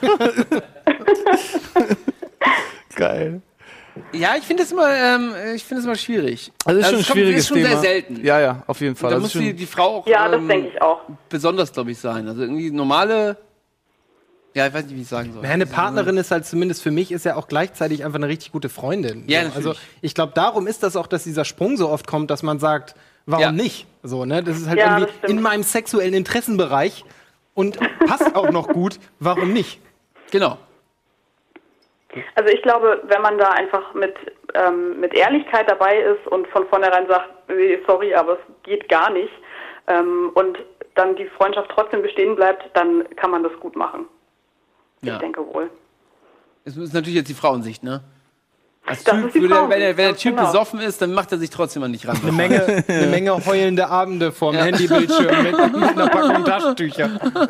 Geil. Ja, ich finde es immer schwierig. Also ist schon ein schwieriges Thema. Ist schon Thema. sehr selten. Ja, auf jeden Fall. Da Das muss ist schon- die Frau auch Ja, das denke ich auch. besonders, glaube ich, sein. Also irgendwie normale, ja, ich weiß nicht, wie ich sagen soll. Ja, eine Partnerin ist halt zumindest für mich, ist ja auch gleichzeitig einfach eine richtig gute Freundin. Ja, so. natürlich. Also ich glaube, darum ist das auch, dass dieser Sprung so oft kommt, dass man sagt, warum Ja. nicht? So, ne? Das ist halt Ja, irgendwie das stimmt. in meinem sexuellen Interessenbereich und passt auch noch gut, warum nicht? Genau. Also ich glaube, wenn man da einfach mit Ehrlichkeit dabei ist und von vornherein sagt, nee, sorry, aber es geht gar nicht, und dann die Freundschaft trotzdem bestehen bleibt, dann kann man das gut machen. Ja. Ich denke wohl. Es ist natürlich jetzt die Frauensicht, ne? Als Das Typ ist die wenn der Frauensicht, Typ genau. besoffen ist, dann macht er sich trotzdem mal nicht ran. Eine Menge heulende Abende vorm Handybildschirm mit einer Packung Taschentücher.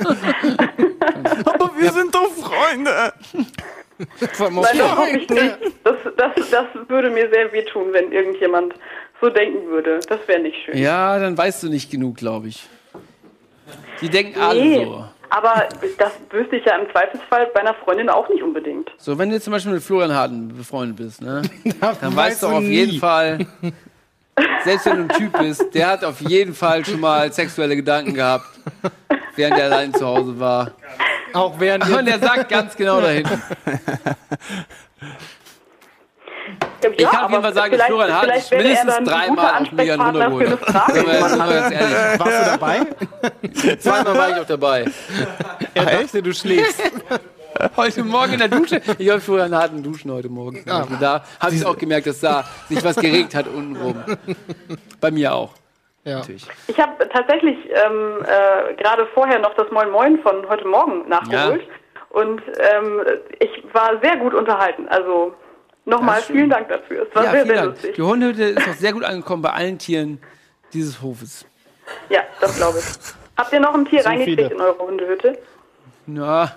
Aber wir sind doch Freunde. Vom Nein, das hoffe ich nicht. Das würde mir sehr wehtun, wenn irgendjemand so denken würde. Das wäre nicht schön. Ja, dann weißt du nicht genug, glaube ich. Die denken alle Nee, so. aber das wüsste ich ja im Zweifelsfall bei einer Freundin auch nicht unbedingt. So, wenn du jetzt zum Beispiel mit Florian Harden befreundet bist, ne? Dann weißt weißt du du auf nie. jeden Fall, selbst wenn du ein Typ bist, der hat auf jeden Fall schon mal sexuelle Gedanken gehabt, während er allein zu Hause war. Auch während Und der sagt ganz genau dahin. Ich kann auf jeden Fall sagen, dass Florian Harden sich mindestens 3 Mal auf Mega runtergeholt hat. Sind wir ganz ehrlich. warst du dabei? Zweimal war ich auch dabei. Er dachte, du schläfst. Heute Morgen in der Dusche. Ich habe Florian Harden duschen heute Morgen. Da habe ich auch gemerkt, dass da sich was geregt hat unten rum. Bei mir auch. Ja. Natürlich. Ich habe tatsächlich gerade vorher noch das Moin Moin von heute Morgen nachgeholt. Ja. Und ich war sehr gut unterhalten. Also nochmal vielen Dank dafür. Es war sehr, vielen sehr Dank. lustig. Die Hundehütte ist auch sehr gut angekommen bei allen Tieren dieses Hofes. Ja, das glaube ich. Habt ihr noch ein Tier So reingekriegt viele. in eure Hundehütte? Na,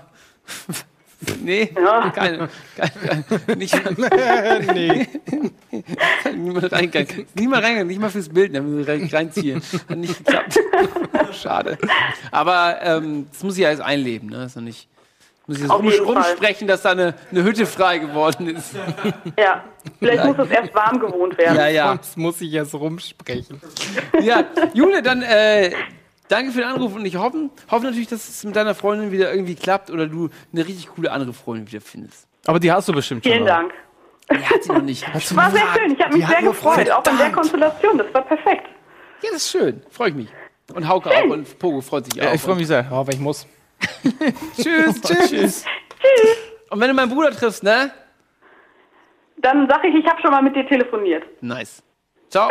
nee, Ja. keine nicht, Nee. niemand reingegangen. Niemand reingegangen, nicht mal fürs Bild, da müssen wir reinziehen. Hat nicht geklappt. Schade. Aber das muss ich ja jetzt einleben, ne? Das ist noch nicht. Muss ich jetzt Auf jeden Fall. rumsprechen, dass da eine Hütte frei geworden ist. Ja, vielleicht muss es erst warm gewohnt werden. Ja. Sonst muss ich jetzt rumsprechen. Ja, Jule, dann danke für den Anruf und ich hoffe natürlich, dass es mit deiner Freundin wieder irgendwie klappt oder du eine richtig coole andere Freundin wieder findest. Aber die hast du bestimmt schon. Vielen oder? Dank. Die hat sie noch nicht. War sehr schön. Ich habe mich sehr gefreut. Auch in der Konstellation. Das war perfekt. Ja, das ist schön. Freue ich mich. Und Hauke auch und Pogo freut sich auch. Ja, ich freue mich sehr. Ja, aber ich muss. Tschüss. Und wenn du meinen Bruder triffst, ne? Dann sage ich habe schon mal mit dir telefoniert. Nice. Ciao.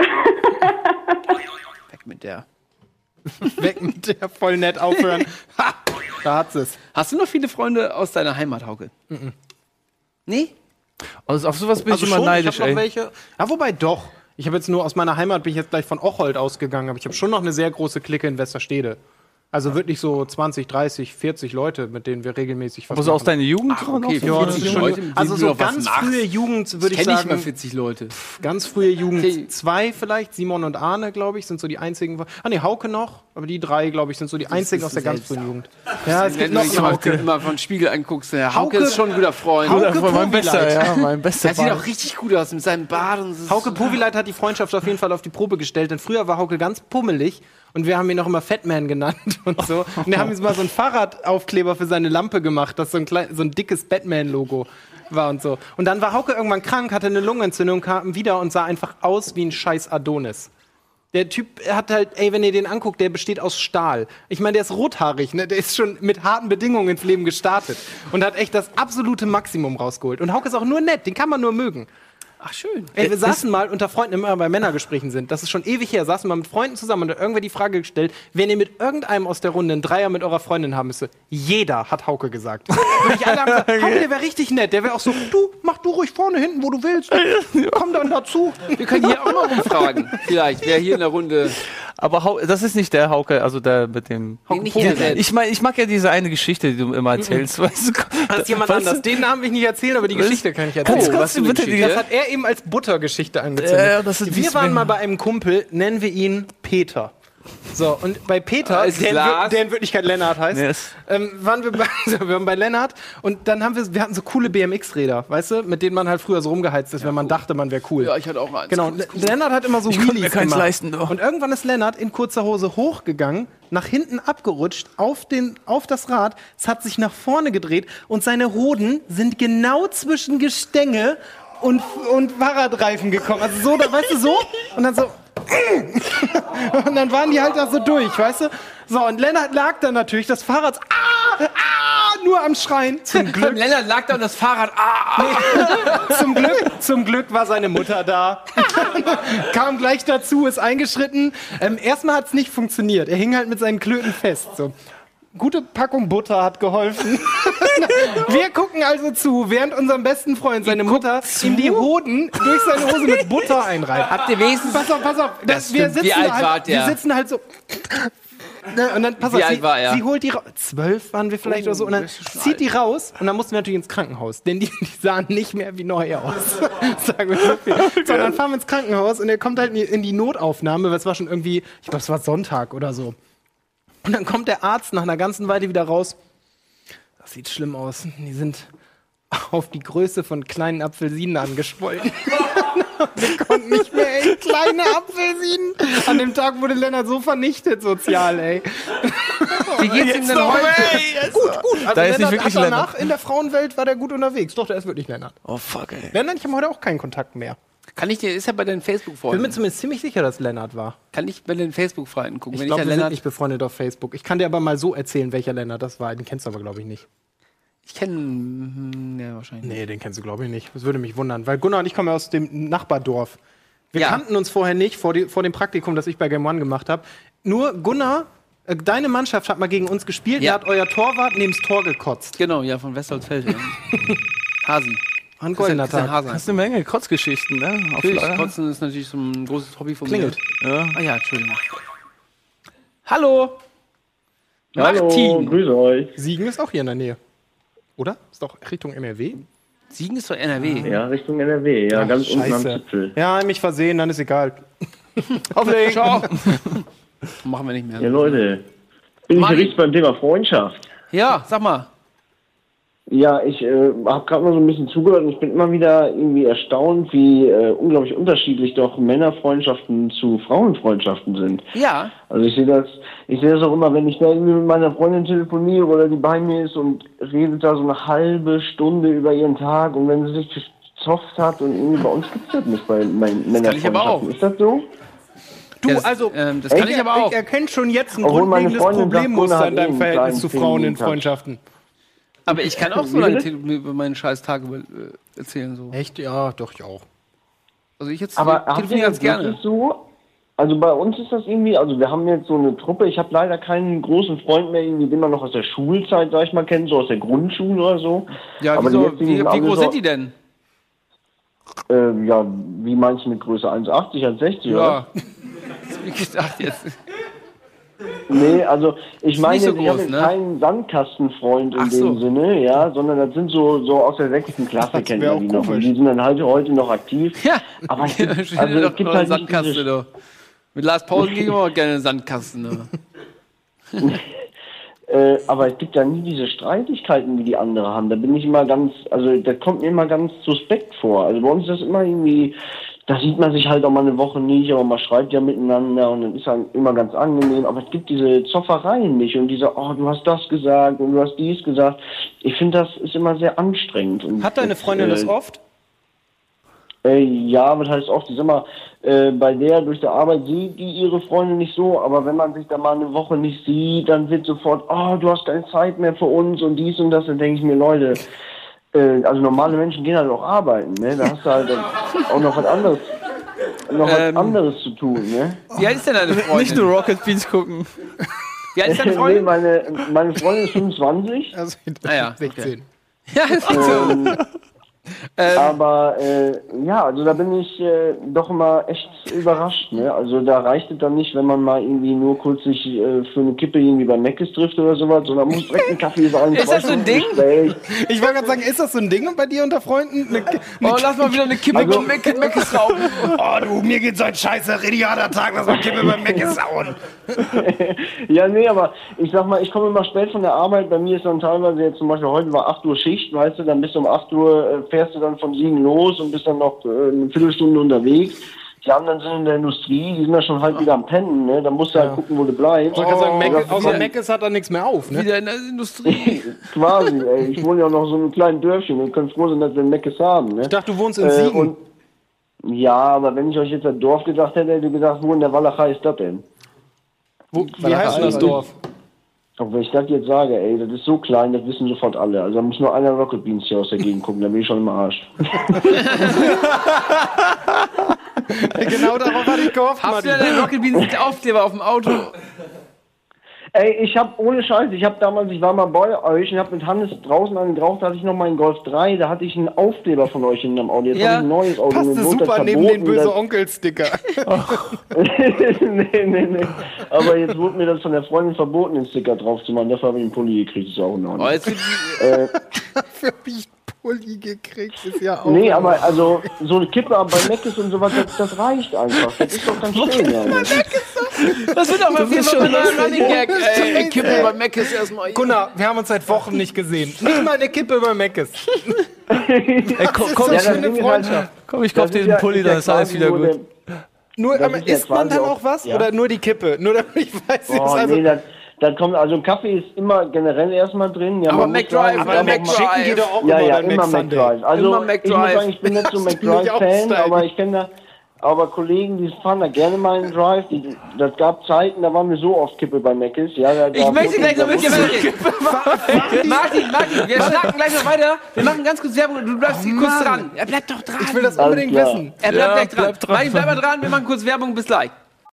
Weg mit der. Weg mit der, voll nett aufhören. Ha, da hat es. Hast du noch viele Freunde aus deiner Heimat, Hauke? Nee? Also auf sowas bin ich immer neidisch, ich hab noch ey. welche. Ja, wobei doch. Ich habe jetzt nur aus meiner Heimat, bin ich jetzt gleich von Ocholt ausgegangen, aber ich habe schon noch eine sehr große Clique in Westerstede. Also wirklich so 20, 30, 40 Leute, mit denen wir regelmäßig Aber so aus deiner Jugend? okay, Ja, das 40 ist schon, Leute, mit denen also du so noch was ganz machst. frühe Jugend, würde ich Kenn ich mal sagen, 40 Leute. ganz frühe Jugend, Okay. 2 vielleicht, Simon und Arne, glaube ich, sind so die einzigen. Ah ne, Hauke noch, aber die 3, glaube ich, sind so die einzigen aus der ganz frühen Jugend. Ja, es gibt Wenn noch du dich einen mal, Hauke. immer von Spiegel anguckst, der Hauke Hauke- ist schon ein guter Freund. Hauke Mein Povileit. bester, ja, mein bester Der sieht Freund. auch richtig gut aus mit seinem Bart. Und so. Hauke Povileit hat die Freundschaft auf jeden Fall auf die Probe gestellt, denn früher war Hauke ganz pummelig und wir haben ihn auch immer Fatman genannt und so. Und wir haben ihm mal so einen Fahrradaufkleber für seine Lampe gemacht, das so ein dickes Batman-Logo war und so. Und dann war Hauke irgendwann krank, hatte eine Lungenentzündung, kam wieder und sah einfach aus wie ein scheiß Adonis. Der Typ hat halt, ey, wenn ihr den anguckt, der besteht aus Stahl. Ich meine, der ist rothaarig, ne? Der ist schon mit harten Bedingungen ins Leben gestartet und hat echt das absolute Maximum rausgeholt. Und Hauke ist auch nur nett, den kann man nur mögen. Ach, schön. Ey, wir saßen mal unter Freunden, immer bei Männergesprächen sind. Das ist schon ewig her. Saßen mal mit Freunden zusammen und hat irgendwer die Frage gestellt, wenn ihr mit irgendeinem aus der Runde einen Dreier mit eurer Freundin haben müsste. Jeder hat Hauke gesagt. Wirklich alle haben gesagt, Hauke, der wäre richtig nett. Der wäre auch so, du, mach du ruhig vorne hinten, wo du willst. Komm dann dazu. Wir können hier auch mal rumfragen. Vielleicht, wer hier in der Runde... Aber das ist nicht der Hauke, also der mit dem... Nicht der Ich mag ja diese eine Geschichte, die du immer erzählst. Weißt du, Das ist jemand anders. Den Namen will ich nicht erzählen, aber die Geschichte kann ich erzählen. Kannst du bitte Das hat er eben als Buttergeschichte angezündet. Wir waren mal bei einem Kumpel, nennen wir ihn Peter. So, und bei Peter, der in Wirklichkeit Lennart heißt, Yes. waren wir waren bei Lennart und dann wir hatten so coole BMX-Räder, weißt du, mit denen man halt früher so rumgeheizt ist, wenn man dachte, man wäre cool. Ja, ich hatte auch eins. Genau, Lennart hat immer so konnte mir Wheelies keins gemacht. leisten, doch. Und irgendwann ist Lennart in kurzer Hose hochgegangen, nach hinten abgerutscht, auf das Rad, es hat sich nach vorne gedreht und seine Hoden sind genau zwischen Gestänge und Fahrradreifen gekommen. Also so, weißt du, so und dann so und dann waren die halt da so durch, weißt du? So, und Lennart lag dann natürlich, das Fahrrad nur am Schreien. Zum Glück. Lennart lag da und das Fahrrad... Zum Glück war seine Mutter da. Kam gleich dazu, ist eingeschritten. Erstmal hat es nicht funktioniert. Er hing halt mit seinen Klöten fest. So. Gute Packung Butter hat geholfen. Wir gucken also zu, während unserem besten Freund seine Mutter ihm die Hoden durch seine Hose mit Butter einreibt. Habt ihr wenigstens... Pass auf. Wie alt war der? Wir sitzen halt so... Und dann, pass auf, Wie alt war er? Sie holt die 12 waren wir vielleicht oder so. Und dann zieht die raus und dann mussten wir natürlich ins Krankenhaus. Denn die sahen nicht mehr wie neu aus. Sagen wir so viel. So, dann fahren wir ins Krankenhaus und er kommt halt in die Notaufnahme, weil es war schon irgendwie, ich glaube, es war Sonntag oder so. Und dann kommt der Arzt nach einer ganzen Weile wieder raus. Das sieht schlimm aus. Die sind auf die Größe von kleinen Apfelsinen angeschwollen. Wir konnten nicht mehr, ey, kleine Apfelsinen. An dem Tag wurde Lennart so vernichtet sozial, ey. Wie geht's ihm denn heute? Gut. Also Da ist nicht Lennart wirklich hat danach Lennart. in der Frauenwelt war der gut unterwegs. Doch, der ist wirklich Lennart. Oh fuck, ey. Lennart, ich habe heute auch keinen Kontakt mehr. Ist ja bei deinen Ich bin mir Facebook-Freunden. zumindest ziemlich sicher, dass Lennart war. Kann ich bei den Facebook-Freunden gucken? Ich Wenn glaube, ich wir da sind Lennart... nicht befreundet auf Facebook. Ich kann dir aber mal so erzählen, welcher Lennart das war. Den kennst du aber, glaube ich, nicht. Ich kenne... Ja, wahrscheinlich nicht. Nee, den kennst du, glaube ich, nicht. Das würde mich wundern. Weil Gunnar und ich kommen ja aus dem Nachbardorf. Wir Ja. kannten uns vorher nicht, vor dem Praktikum, das ich bei Game One gemacht habe. Nur Gunnar, deine Mannschaft hat mal gegen uns gespielt. Ja. Da hat euer Torwart neben das Tor gekotzt. Genau, ja, von Westholzfeld. Ja. Hasi. Ein goldener Christian Tag. Hase. Das ist eine Menge Kotzgeschichten, ne? Auf Natürlich, Lager. Kotzen ist natürlich so ein großes Hobby von Klingelt. mir. Ja. Ah ja, Entschuldigung. Hallo. Hallo, Martin. grüße euch. Siegen ist auch hier in der Nähe. Oder? Ist doch Richtung NRW? Siegen ist doch NRW. Ja, Richtung NRW, ja, ganz unten am Scheiße. Zipfel. Ja, mich versehen, dann ist egal. Auflegen. Ciao. Machen wir nicht mehr. Ja, Leute, bin ich Mari. richtig beim Thema Freundschaft. Ja, sag mal. Ja, ich habe gerade mal so ein bisschen zugehört und ich bin immer wieder irgendwie erstaunt, wie unglaublich unterschiedlich doch Männerfreundschaften zu Frauenfreundschaften sind. Ja. Also ich sehe das auch immer, wenn ich da irgendwie mit meiner Freundin telefoniere oder die bei mir ist und redet da so eine halbe Stunde über ihren Tag und wenn sie sich gezofft hat und irgendwie bei uns gibt's das nicht bei meinen ich aber auch. Männerfreundschaften. Ist das so? Du, Das, also, das kann ich aber auch. Ich erkenne schon jetzt ein Obwohl meine grundlegendes Freundin sagt, Problemmuster Gunnar in hat deinem eh einen Verhältnis zu kleinen Frauen in Feminismus. Freundschaften. Aber ich kann auch so Wie lange bitte? über meinen scheiß Tag erzählen. So. Echt? Ja, doch, ich auch. Also ich jetzt Aber habt ihr telefoniere ganz das gerne. wirklich so? Also bei uns ist das irgendwie, also wir haben jetzt so eine Truppe, ich habe leider keinen großen Freund mehr, irgendwie, den man noch aus der Schulzeit, sag ich mal, kennt, so aus der Grundschule oder so. Ja, Aber wieso, die jetzigen wie alle groß so, sind die denn? Ja, wie meinst du mit Größe 1,80, 1,60 oder? Ja. Wie gesagt jetzt. Nee, also ich meine, nicht so ich groß, habe jetzt ne? keinen Sandkastenfreund in Ach dem so. Sinne, ja, sondern das sind so aus der 6. Klasse, Das kennt wär man die auch noch. Und komisch. die sind dann halt heute noch aktiv. Ja. Aber es gibt, Steht also doch es gibt noch halt ein nicht Sandkasten. diese, Du. Mit Lars Pausen gehen wir auch gerne in den Sandkasten. Ne? aber es gibt ja nie diese Streitigkeiten, wie die andere haben. Da bin ich immer ganz, also das kommt mir immer ganz suspekt vor. Also bei uns ist das immer irgendwie, da sieht man sich halt auch mal eine Woche nicht, aber man schreibt ja miteinander und dann ist halt immer ganz angenehm. Aber es gibt diese Zoffereien nicht und diese, oh, du hast das gesagt und du hast dies gesagt. Ich finde, das ist immer sehr anstrengend. Und Hat deine Freundin das oft? Ja, was heißt oft, ich sag mal, bei der durch die Arbeit sieht die ihre Freunde nicht so, aber wenn man sich da mal eine Woche nicht sieht, dann wird sofort, oh, du hast keine Zeit mehr für uns und dies und das, dann denke ich mir, Leute, Also normale Menschen gehen halt auch arbeiten, ne? Da hast du halt auch noch was anderes. Was anderes zu tun, ne? Wie alt ist denn deine Freundin? Nicht nur Rocket Beans gucken. Wie alt ist deine Nee, Freundin? meine Freundin ist 25. Also ja, 16. Ja, ist nicht so. Aber ja, also da bin ich doch immer echt überrascht. Ne? Also da reicht es dann nicht, wenn man mal irgendwie nur kurz sich für eine Kippe irgendwie bei Mc's trifft oder sowas, sondern muss direkt ein Kaffee sein. Ist das so ein Ding? Gespräch. Ich wollte gerade sagen, ist das so ein Ding bei dir unter Freunden? Oh, lass mal wieder eine Kippe Also- beim Mc's rauchen. Oh du, mir geht's heute scheiße, richtig harter Tag, lass mal Kippe beim Mac sauen. Ja, nee, aber ich sag mal, ich komme immer spät von der Arbeit. Bei mir ist dann teilweise jetzt zum Beispiel heute war 8 Uhr Schicht, weißt du, dann bist du um 8 Uhr, fährst du dann von Siegen los und bist dann noch eine Viertelstunde unterwegs. Die anderen sind in der Industrie, die sind ja schon halt wieder am Pennen, ne? Da musst du halt gucken, wo du bleibst. Ich wollte gerade sagen, Oder außer Mc's hat da nichts mehr auf, ne? Wieder in der Industrie. quasi, ey. Ich wohne ja noch so in einem kleinen Dörfchen und können froh sein, dass wir einen Mc's haben, ne? Ich dachte, du wohnst in Siegen. Ja, aber wenn ich euch jetzt ein Dorf gesagt hätte, hätte ich gesagt, wo in der Walachei ist das denn? Wie heißt denn das Dorf? Auch wenn ich das jetzt sage, ey, das ist so klein, das wissen sofort alle. Also da muss nur einer Rocket Beans hier aus der Gegend gucken, dann bin ich schon im Arsch. Genau darauf hatte ich gehofft, Hast du Martin. denn den Rocket Beans Aufkleber auf dem Auto? Ey, ich hab, ohne Scheiß, ich war mal bei euch und hab mit Hannes draußen einen geraucht, da hatte ich noch meinen Golf 3, da hatte ich einen Aufkleber von euch in einem Auto. Jetzt Ja, hab ich ein neues Auto. Passte mir wurde das super neben den verboten, böse Onkel-Sticker. nee. Aber jetzt wurde mir das von der Freundin verboten, den Sticker drauf zu machen. Dafür habe ich einen Pulli gekriegt, ist auch in Oh, Ordnung. jetzt Dafür hab ich Pulli gekriegt, ist ja auch... Nee, aber also so eine Kippe bei Mc's und sowas, das reicht einfach. Das ist doch ganz schön, ja. das wird auch mal wieder so ein neuer Running Gag. Ey, Kippe bei Mc's erstmal. Gunnar, wir haben uns seit Wochen nicht gesehen. Nicht mal eine Kippe bei Mc's. Ey, komm, Ja, so das eine Ding ist Freundschaft. halt- komm, ich kauf das dir ist den ja- Pulli, ist dann ja ist alles quasi wieder nur gut. Nur, Das aber ist ja isst man quasi dann auch- auch was? ja. Oder nur die Kippe? Nur damit ich weiß, wie Oh, es also... nee, das kommt, also Kaffee ist immer generell erstmal drin. Ja, Aber man muss McDrive, sagen, aber ich hab auch McDrive. Chicken geht doch auch Ja, immer ja, bei immer McSunday. McDrive. Also Immer ich muss McDrive. sagen, ich bin nicht so Will ich McDrive-Fan, aufsteigen. aber ich kenne da aber Kollegen, die fahren da gerne mal einen Drive. Das gab Zeiten, da waren wir so oft Kippe bei Mc's. Ja, Ich möchte gleich noch mit dir weiterreden. Martin, wir schnacken gleich noch weiter. Wir machen ganz kurz Werbung und du bleibst hier kurz dran. Er bleibt doch dran. Ich will das unbedingt Alles klar. wissen. Er bleibt Ja, gleich dran. bleib dran. Martin, bleib mal dran. Wir machen kurz Werbung. Bis gleich.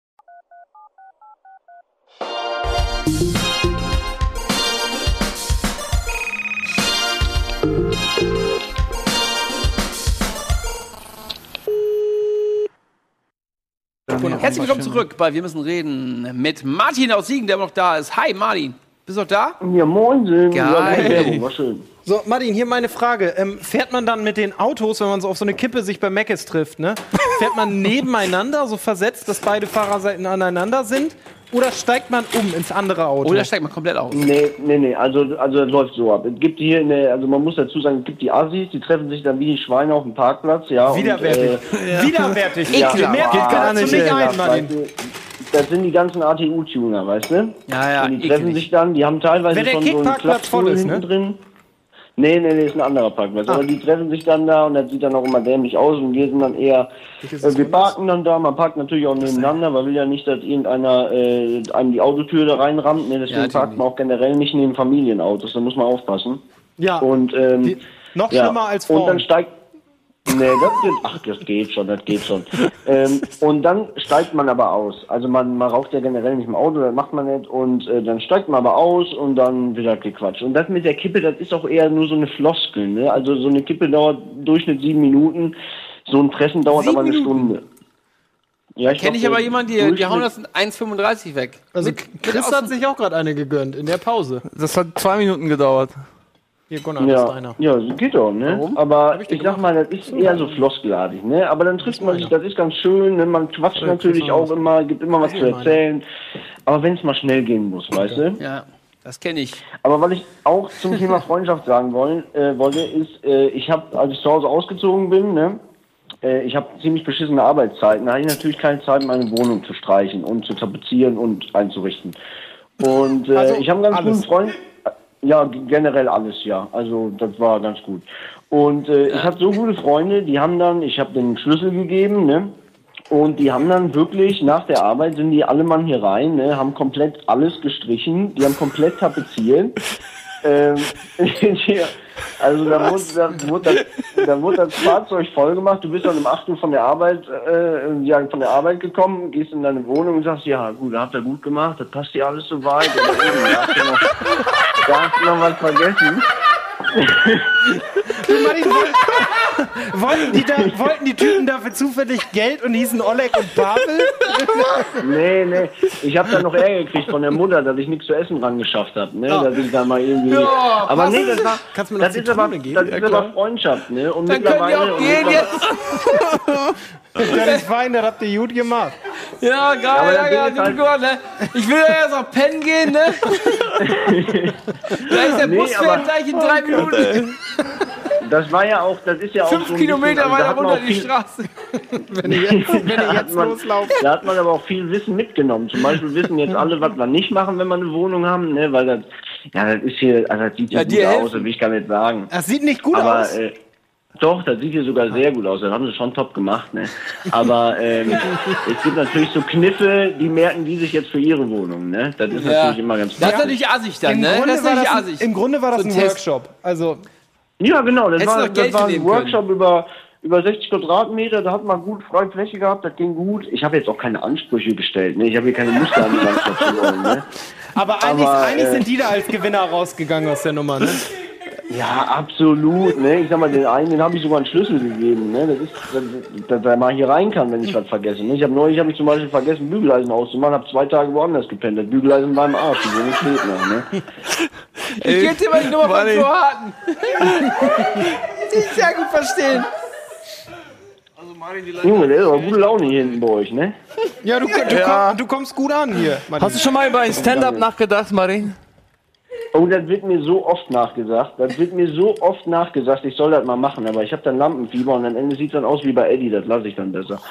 Herzlich willkommen zurück bei Wir müssen reden mit Martin aus Siegen, der noch da ist. Hi Martin, bist du noch da? Ja, moin, Geil. Werbung, war schön. So, Martin, hier meine Frage. Fährt man dann mit den Autos, wenn man so auf so eine Kippe sich bei Mc's trifft, ne? Fährt man nebeneinander, so versetzt, dass beide Fahrerseiten aneinander sind? Oder steigt man um ins andere Auto? Oder steigt man komplett aus? Nee, also das läuft so ab. Es gibt hier also man muss dazu sagen, es gibt die Assis, die treffen sich dann wie die Schweine auf dem Parkplatz, ja. Widerwärtig. Widerwärtig. Ekelhaft. Mehr geht gar nicht ein, Martin. Das sind die ganzen ATU-Tuner, weißt du? Ja, Und die treffen eklig. sich dann, die haben teilweise Wenn der schon so einen Kickparkplatz voll Klappstuhl ist, hinten ne? drin. Nee, ist ein anderer Parkplatz. Aber die treffen sich dann da und das sieht dann auch immer dämlich aus und wir sind dann eher, wir parken dann da, man parkt natürlich auch nebeneinander, weil will ja nicht, dass irgendeiner einem die Autotür da reinrammt, ne? Deswegen Ja, parkt man auch generell nicht neben Familienautos, da muss man aufpassen. Ja, Und noch ja. schlimmer als Und dann Frauen. steigt. Nee, das geht schon. Und dann steigt man aber aus. Also man raucht ja generell nicht im Auto, das macht man nicht. Und dann steigt man aber aus und dann wieder gequatscht. Und das mit der Kippe, das ist auch eher nur so eine Floskel. Ne? Also so eine Kippe dauert im Durchschnitt 7 Minuten. So ein Treffen dauert 7 aber eine Minuten? Stunde. Ja, Kenne ich glaub, aber jemanden, die hauen das in 1,35 weg. Also Mit Chris hat sich auch gerade eine gegönnt, in der Pause. Das hat 2 Minuten gedauert. Hier, Gunnar, das ist Ja, deiner. ja, so geht doch, ne? Warum? Aber ich sag mal, das ist eher so floskelartig, ne? Aber dann trifft man sich, das ist ganz schön, ne? Man quatscht natürlich auch immer, gibt immer was zu erzählen. Aber wenn es mal schnell gehen muss, weißt du? Ja, das kenne ich. Aber was ich auch zum Thema Freundschaft sagen wollte, ist, ich habe, als ich zu Hause ausgezogen bin, ne? Ich habe ziemlich beschissene Arbeitszeiten. Da hatte ich natürlich keine Zeit, meine Wohnung zu streichen und zu tapezieren und einzurichten. Und Also ich habe einen ganz alles. guten Freund. Ja, generell alles, ja. Also das war ganz gut. Und ich hatte so gute Freunde, die haben dann, ich habe den Schlüssel gegeben, ne? Und die haben dann wirklich, nach der Arbeit sind die alle Mann hier rein, ne? Haben komplett alles gestrichen, die haben komplett tapeziert. Also da wurde das Fahrzeug voll gemacht. Du bist dann um 8 Uhr von der Arbeit gekommen, gehst in deine Wohnung und sagst, ja gut, habt ihr gut gemacht, das passt ja alles so weit. Oder eben, da hast du noch was vergessen. Wollten die Typen dafür zufällig Geld und hießen Oleg und Pavel? Nee. Ich habe dann noch Ärger gekriegt von der Mutter, dass ich nichts zu essen ran geschafft habe. Ne? Dass ich da mal irgendwie. Ja, aber nee, das ist aber Freundschaft. Ne? Und Dann könnt ihr auch gehen jetzt. Das fein, das habt ihr gut gemacht. Ja, geil, ja, halt ne? Ich will ja erst auf Pennen gehen, ne? Da ist der Bus fährt gleich in 3 Minuten. Das ist ja auch 5 so ein Kilometer bisschen, weiter runter die Straße. Wenn ihr jetzt loslauft. Da hat man aber auch viel Wissen mitgenommen. Zum Beispiel wissen jetzt alle, was wir nicht machen, wenn wir eine Wohnung haben, ne? Weil das ist hier, also das sieht ja gut aus, das will ich gar nicht sagen. Das sieht nicht gut aber, aus. Doch, das sieht hier sogar sehr gut aus. Das haben sie schon top gemacht, ne? Aber es gibt natürlich so Kniffe, die merken die sich jetzt für ihre Wohnung, ne? Das ist natürlich immer ganz Das ist natürlich assig dann, ne? Das ist natürlich assig. Im Grunde war das So ein ein Test. Workshop. Also ja, genau. Das Hättest war du noch Geld ein nehmen Workshop über 60 Quadratmeter. Da hat man gut freie Fläche gehabt. Das ging gut. Ich habe jetzt auch keine Ansprüche gestellt. Ne? Ich habe hier keine Muster an die Wand dazu wollen, ne? Aber eigentlich sind die da als Gewinner rausgegangen aus der Nummer, ne? Ja, absolut. Ne? Ich sag mal, den habe ich sogar einen Schlüssel gegeben. Ne? Das ist, dass er mal hier rein kann, wenn ich was vergesse. Ne? Neulich habe ich zum Beispiel vergessen, Bügeleisen auszumachen. Habe 2 Tage woanders gepennt. Das Bügeleisen war im Arsch. Die Wohnung steht noch. Ne? Ich gebe dir mal die Nummer von Vorhaten. Die ich sehr gut verstehen. Junge, der ist aber gute Laune hier hinten bei euch, ne? Ja, du kommst gut an hier. Martin. Hast du schon mal über ein Stand-up nachgedacht, Marin? Oh, das wird mir so oft nachgesagt. Ich soll das mal machen, aber ich habe dann Lampenfieber und am Ende sieht es dann aus wie bei Eddie, das lasse ich dann besser.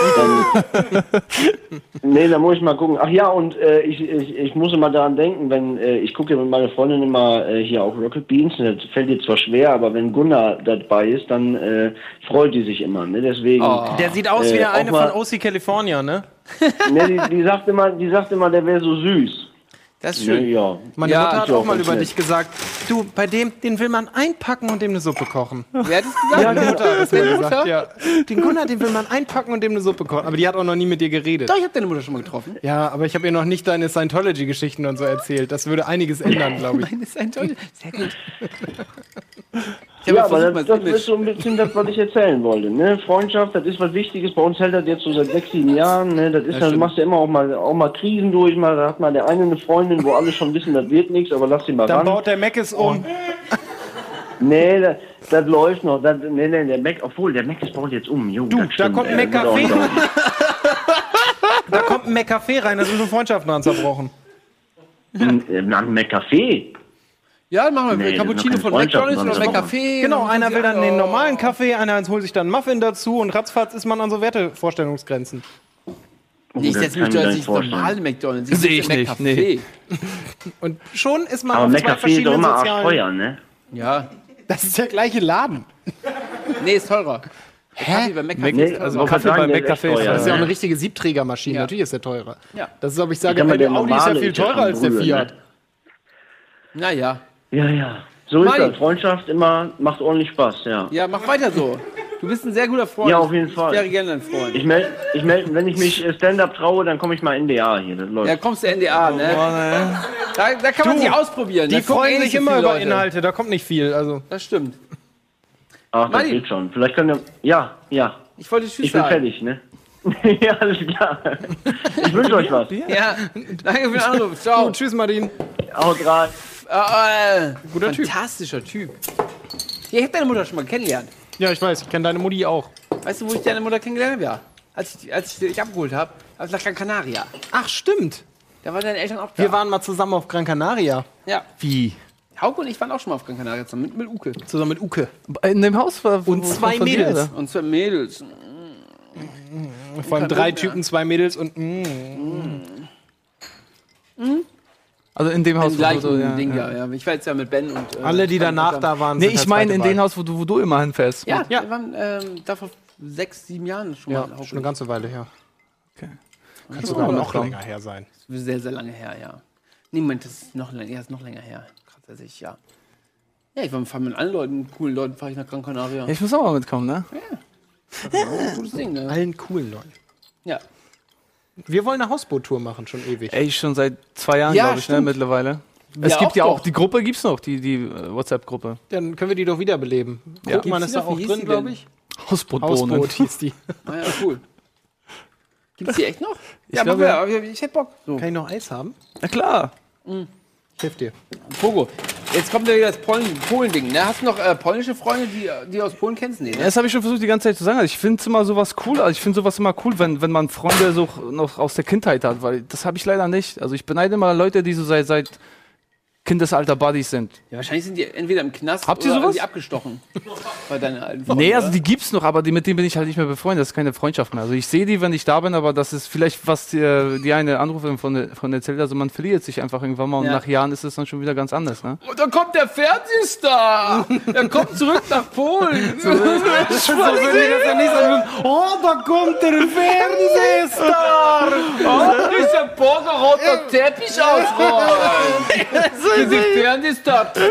Nee, da muss ich mal gucken. Ach ja, und ich muss immer daran denken, wenn ich gucke mit meiner Freundin immer hier auch Rocket Beans, das fällt ihr zwar schwer, aber wenn Gunnar dabei ist, dann freut die sich immer, ne? Deswegen. Der sieht aus wie der eine von OC California, ne? Ne, die sagt immer, der wäre so süß. Das ist schön. Ne, ja. Meine Mutter hat auch mal ganz über nett. dich gesagt, du, bei den will man einpacken und dem eine Suppe kochen. Wer hat das gesagt? Ja, Meine Mutter hat das mal Deine gesagt, Mutter? ja. Den Gunnar, den will man einpacken und dem eine Suppe kochen. Aber die hat auch noch nie mit dir geredet. Doch, ich habe deine Mutter schon mal getroffen. Ja, aber ich habe ihr noch nicht deine Scientology-Geschichten und so erzählt. Das würde einiges ändern, glaube ich. Meine ist ein toll. Sehr gut. Ja, aber das ist so ein bisschen das, was ich erzählen wollte. Ne? Freundschaft, das ist was Wichtiges. Bei uns hält das jetzt so seit 6, 7 Jahren. Ne? Das ist, du machst ja immer auch mal Krisen durch. Da hat mal der eine eine Freundin, wo alle schon wissen, das wird nichts, aber lass sie mal Dann ran. baut der Mac es um. Nee, das läuft noch. Der Mac, obwohl, der Mac ist baut jetzt um. Jo, Du, das da stimmt. kommt ein McCafé. Da kommt ein McCafé rein, da sind schon Freundschaften dran zerbrochen. Ein McCafé? Ja, dann machen wir Nee, Cappuccino das ist von keine Freundschaft, McDonalds oder sondern- McCafé. Genau, Dann einer machen will dann sie- den normalen Kaffee, einer holt sich dann einen Muffin dazu und ratzfatz ist man an so Wertevorstellungsgrenzen. Ich das setze kann mich ich mir doch nicht nicht vorstellen. normale McDonalds. Sehe ich nicht, McCafé. nee. Und schon ist man Aber auf 2 McCafé ist doch verschiedenen immer sozialen... arschteuer, ne? Ja. Das ist der gleiche Laden. Nee, ist teurer. Kaffee bei McCafé Nee, ist teurer. also Kaffee bei McCafé ist Das ist ja auch eine ne? richtige Siebträgermaschine. Ja. Natürlich ist der teurer. Ja. Das ist, ob ich sage, sag mal, der der Audi ist ja normale viel ist ja teurer schon als der Brühe, Fiat. ne? Naja. Ja. So ist Mali. das. Freundschaft immer macht ordentlich Spaß, ja. Ja, mach weiter so. Du bist ein sehr guter Freund. Ja, auf jeden Fall. Ich wäre gerne dein Freund. Ich melde, wenn ich mich Stand-up traue, dann komme ich mal NDA hier. Das läuft. Ja, kommst du NDA, ne? Da kann man sich ausprobieren. Die Da gucken freuen eh sich nicht so immer viele über Leute. Inhalte, da kommt nicht viel. Also. Das stimmt. Ach, das Mali. geht schon. Vielleicht können wir... Ja. Ich wollte Tschüss Ich bin sagen. fertig, ne? Ja, alles klar. Ich wünsche euch was. Ja, danke für den Anruf. Ciao. Gut, tschüss Martin. Haut rein. Guter Typ. Fantastischer Typ. Ja, ich habe deine Mutter schon mal kennengelernt. Ja, ich weiß, ich kenne deine Mutti auch. Weißt du, wo ich deine Mutter kennengelernt habe? Ja. Als ich dich abgeholt habe, auf Gran Canaria. Ach, stimmt. Da waren deine Eltern auch da. Wir waren mal zusammen auf Gran Canaria. Ja. Wie? Hauke und ich waren auch schon mal auf Gran Canaria zusammen mit Uke. Zusammen mit Uke. In dem Haus war Und 2 Mädels. Und 2 Mädels. Vor allem 3 Kanon, ja. Typen, 2 Mädels und Also in dem Haus, Im gleichen wo du, Ding, ja. Ich war jetzt ja mit Ben und... alle, die danach da waren. Nee, sind ich halt meine in zweite dem Wahl. Haus, wo du immer hinfährst. Ja, Ja. wir waren da vor 6, 7 Jahren schon Ja, mal. Hauke schon eine ganze Weile her. Okay. Kann sogar noch länger her sein. Sehr, sehr lange her, ja. Nee, Moment, das ist noch länger her. Tatsächlich, ja. Ja, ich fahre mit allen Leuten, coolen Leuten, fahre ich nach Gran Canaria. Ich muss auch mal mitkommen, ne? Gutes Ding, ne? Allen coolen Leuten. Ja. Wir wollen eine Hausboot-Tour machen, schon ewig. Ey, schon seit 2 Jahren, Ja, glaube ich, ne, stimmt. mittlerweile. Wir Es gibt auch ja auch, doch. die Gruppe gibt's noch, die WhatsApp-Gruppe. Dann können wir die doch wiederbeleben. Ja. Guckmann Gibt's ist da die noch? auch Wie hieß drin, die glaube denn? ich. Hausbootbohnen. Hausboot hieß die. Ah, ja, cool. Gibt's die echt noch? Ja, glaub, machen wir. Ich hätte Bock. So. Kann ich noch Eis haben? Na klar. Ich helf dir. Pogo, jetzt kommt ja wieder das Polen-Ding. Ne? Hast du noch polnische Freunde, die aus Polen kennst? Nee, Ja, ne? das habe ich schon versucht die ganze Zeit zu sagen. Also ich finde immer sowas cool. Also ich finde sowas immer cool, wenn man Freunde so noch aus der Kindheit hat, weil das habe ich leider nicht. Also ich beneide immer Leute, die so seit Kindesalter Buddies sind. Ja, wahrscheinlich sind die entweder im Knast Habt ihr oder sowas? irgendwie abgestochen. Bei deinen alten Freunden, Nee, also oder? die gibt's noch, aber mit denen bin ich halt nicht mehr befreundet. Das ist keine Freundschaft mehr. Also ich sehe die, wenn ich da bin, aber das ist vielleicht, was die eine Anruferin von erzählt. Also man verliert sich einfach irgendwann mal und Ja. nach Jahren ist es dann schon wieder ganz anders, ne? Und dann kommt der Fernsehstar! Er kommt zurück nach Polen! So würde ich das ja nicht sagen. Oh, da kommt der Fernsehstar! Oh, ist der roter Teppich ausrollen! Für die Fernsehstar!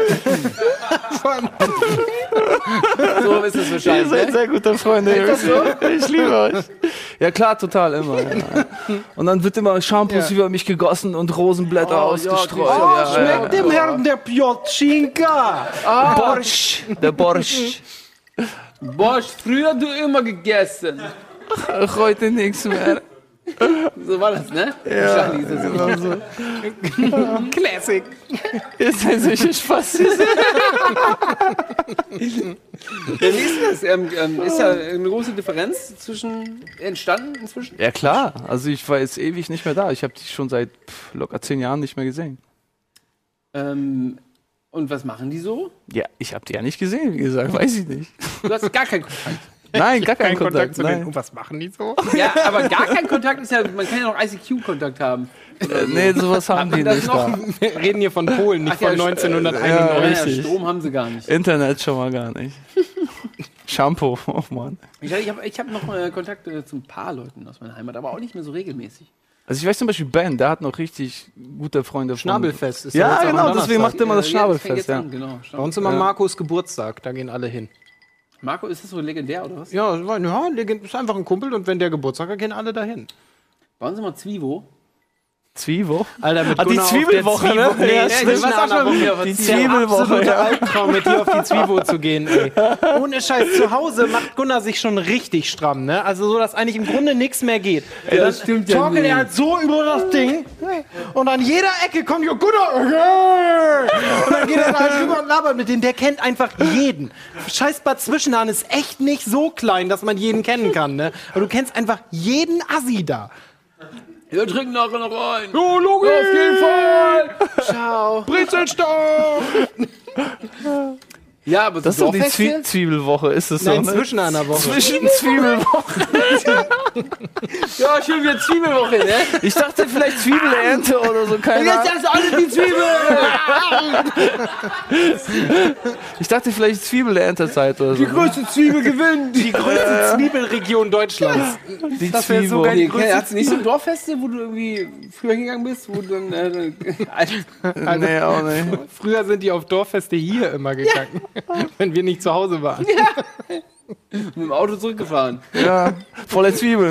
So ist das wahrscheinlich, ne? sehr gute Freunde. Ist das Ich liebe euch. Ja klar, total, immer. Ja. Und dann wird immer Shampoos über mich gegossen und Rosenblätter ausgestreut. ja, Ja, Schmeckt dem Herrn der Piotschinka! Borsch, der Borsch. Bosch, früher du immer gegessen. Ach, heute nichts mehr. So war das, ne? Ja, ist das so. Classic! Ihr seid solche Spaß. Ja, wie ist das? Ist da eine große Differenz entstanden inzwischen? Ja klar, also ich war jetzt ewig nicht mehr da. Ich habe die schon seit locker 10 Jahren nicht mehr gesehen. Und was machen die so? Ja, ich habe die ja nicht gesehen, wie gesagt, weiß ich nicht. Du hast gar keinen Kontakt. Nein, gar keinen Kein Kontakt zu denen. Nein. Und was machen die so? Ja, aber gar kein Kontakt ist ja, man kann ja noch ICQ-Kontakt haben. Nee, sowas haben die das nicht noch? da. Wir reden hier von Polen, nicht Ach ja, von ja, 1991. richtig. Strom haben sie gar nicht. Internet schon mal gar nicht. Shampoo, oh Mann. Ich hab noch Kontakte zu ein paar Leuten aus meiner Heimat, aber auch nicht mehr so regelmäßig. Also ich weiß zum Beispiel Ben, der hat noch richtig gute Freunde von... Schnabelfest ist Ja, jetzt am genau, Donnerstag. deswegen macht er immer das Ja, fängt Schnabelfest, jetzt ja. an, genau. Bei uns immer Markus Geburtstag, da gehen alle hin. Marco, ist das so legendär oder was? Ja, ist einfach ein Kumpel und wenn der Geburtstag hat, gehen alle dahin. Bei uns immer Zwivo. Zwiebel? Alter, mit Ah, die Gunnar auf Zwiebelwoche, der ne? Zwiebel- Nee, Ja, nicht stimmt. nach einer Woche. Die Der Zwiebelwoche, absolute ja. Albtraum, mit dir auf die Zwiebel zu gehen, ey. Ohne Scheiß, zu Hause macht Gunnar sich schon richtig stramm, ne? Also so, dass eigentlich im Grunde nichts mehr geht. Ja, das stimmt ja torkelt nicht. er halt so über das Ding und an jeder Ecke kommt ja Gunnar. Und dann geht er da halt rüber und labert mit dem. Der kennt einfach jeden. Scheiß Bad Zwischenahn ist echt nicht so klein, dass man jeden kennen kann, ne? Aber du kennst einfach jeden Assi da. Wir trinken nachher noch rein. Oh, logisch. Auf jeden Fall. Ciao. Brezelstoff. Ja, aber Das ist doch die Dorffeste? Zwiebelwoche, ist es so, Nein, ne? zwischen einer Woche. Zwischen Zwiebelwoche. Ja, schön wieder Zwiebelwoche, ne? Ich dachte vielleicht Zwiebelernte oder so, keine Ahnung. Jetzt alles die Zwiebel. Ich dachte vielleicht Zwiebelernte-Zeit oder so. Die größte Zwiebel gewinnt. Die größte Zwiebelregion Deutschlands. Die Das wär so geil. Hast du nicht so ein Dorffeste, wo du irgendwie früher hingegangen bist, wo du dann Nee, auch nicht. Früher sind die auf Dorffeste hier immer gegangen, wenn wir nicht zu Hause waren. mit dem Auto zurückgefahren? Ja, voller Zwiebel.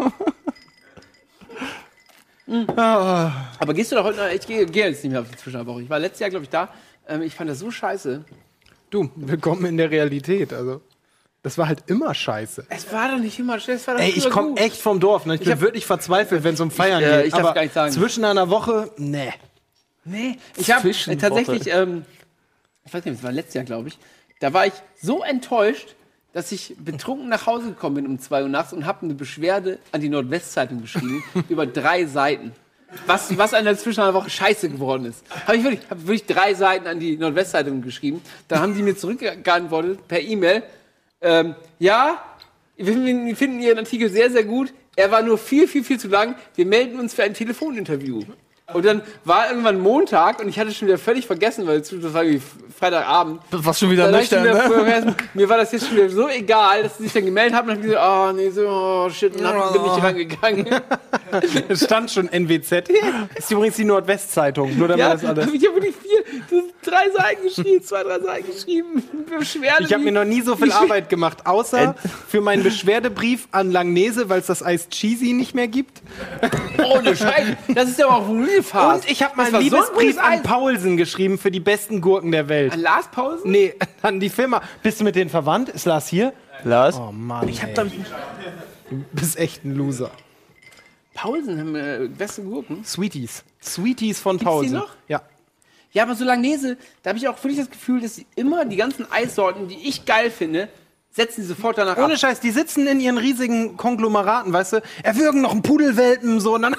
Aber gehst du doch heute noch? Ich gehe jetzt nicht mehr auf die Zwischenwoche. Ich war letztes Jahr, glaube ich, da. Ich fand das so scheiße. Du, willkommen in der Realität. Also, das war halt immer scheiße. Es war doch nicht immer schlecht. Es war doch Ey, ich früher komme gut. echt vom Dorf. Ne? Ich bin wirklich verzweifelt, wenn es um Feiern geht. ich darf Aber gar nicht sagen. zwischen einer Woche, nee. Nee, ich habe Zwischenwoche. tatsächlich, ich weiß nicht, das war letztes Jahr, glaube ich, da war ich so enttäuscht, dass ich betrunken nach Hause gekommen bin um 2 Uhr nachts und habe eine Beschwerde an die Nordwestzeitung geschrieben über 3 Seiten. Was an der Zwischen einer Woche scheiße geworden ist. Habe ich wirklich 3 Seiten an die Nordwestzeitung geschrieben. Dann haben die mir zurückgeantwortet per E-Mail. Ja, wir finden Ihren Artikel sehr, sehr gut. Er war nur viel, viel, viel zu lang. Wir melden uns für ein Telefoninterview. Und dann war irgendwann Montag und ich hatte schon wieder völlig vergessen, weil das war irgendwie Freitagabend. Was schon wieder Dann hab ich schon nüchtern, wieder ne? vergessen, mir war das jetzt schon wieder so egal, dass sie sich dann gemeldet haben und dann hab ich gesagt, oh nee, so, oh shit, und dann bin ich rangegangen. Es stand schon NWZ. Ist übrigens die Nordwestzeitung. Nur damit Ja, das alles. ich habe wirklich 4 Du hast 3 Seiten geschrieben, 2, 3 Seiten geschrieben. Beschwerde. Ich habe mir noch nie so viel Arbeit gemacht, außer für meinen Beschwerdebrief an Langnese, weil es das Eis Cheesy nicht mehr gibt. Ohne Scheiß. Das ist ja auch Real-Fast. Und ich habe mal einen Liebesbrief an Paulsen geschrieben für die besten Gurken der Welt. An Lars Pausen? Nee, an die Firma. Bist du mit denen verwandt? Ist Lars hier? Lars? Oh Mann, Ich hab dann. du bist echt ein Loser. Pausen haben beste Gurken. Sweeties. Sweeties von Gibt's Paulsen. die noch? Ja. Ja, aber so Langnese, da habe ich auch wirklich das Gefühl, dass sie immer die ganzen Eissorten, die ich geil finde, setzen sie sofort danach Ohne ab. Scheiß, die sitzen in ihren riesigen Konglomeraten, weißt du? Erwürgen noch einen Pudelwelpen, so, und dann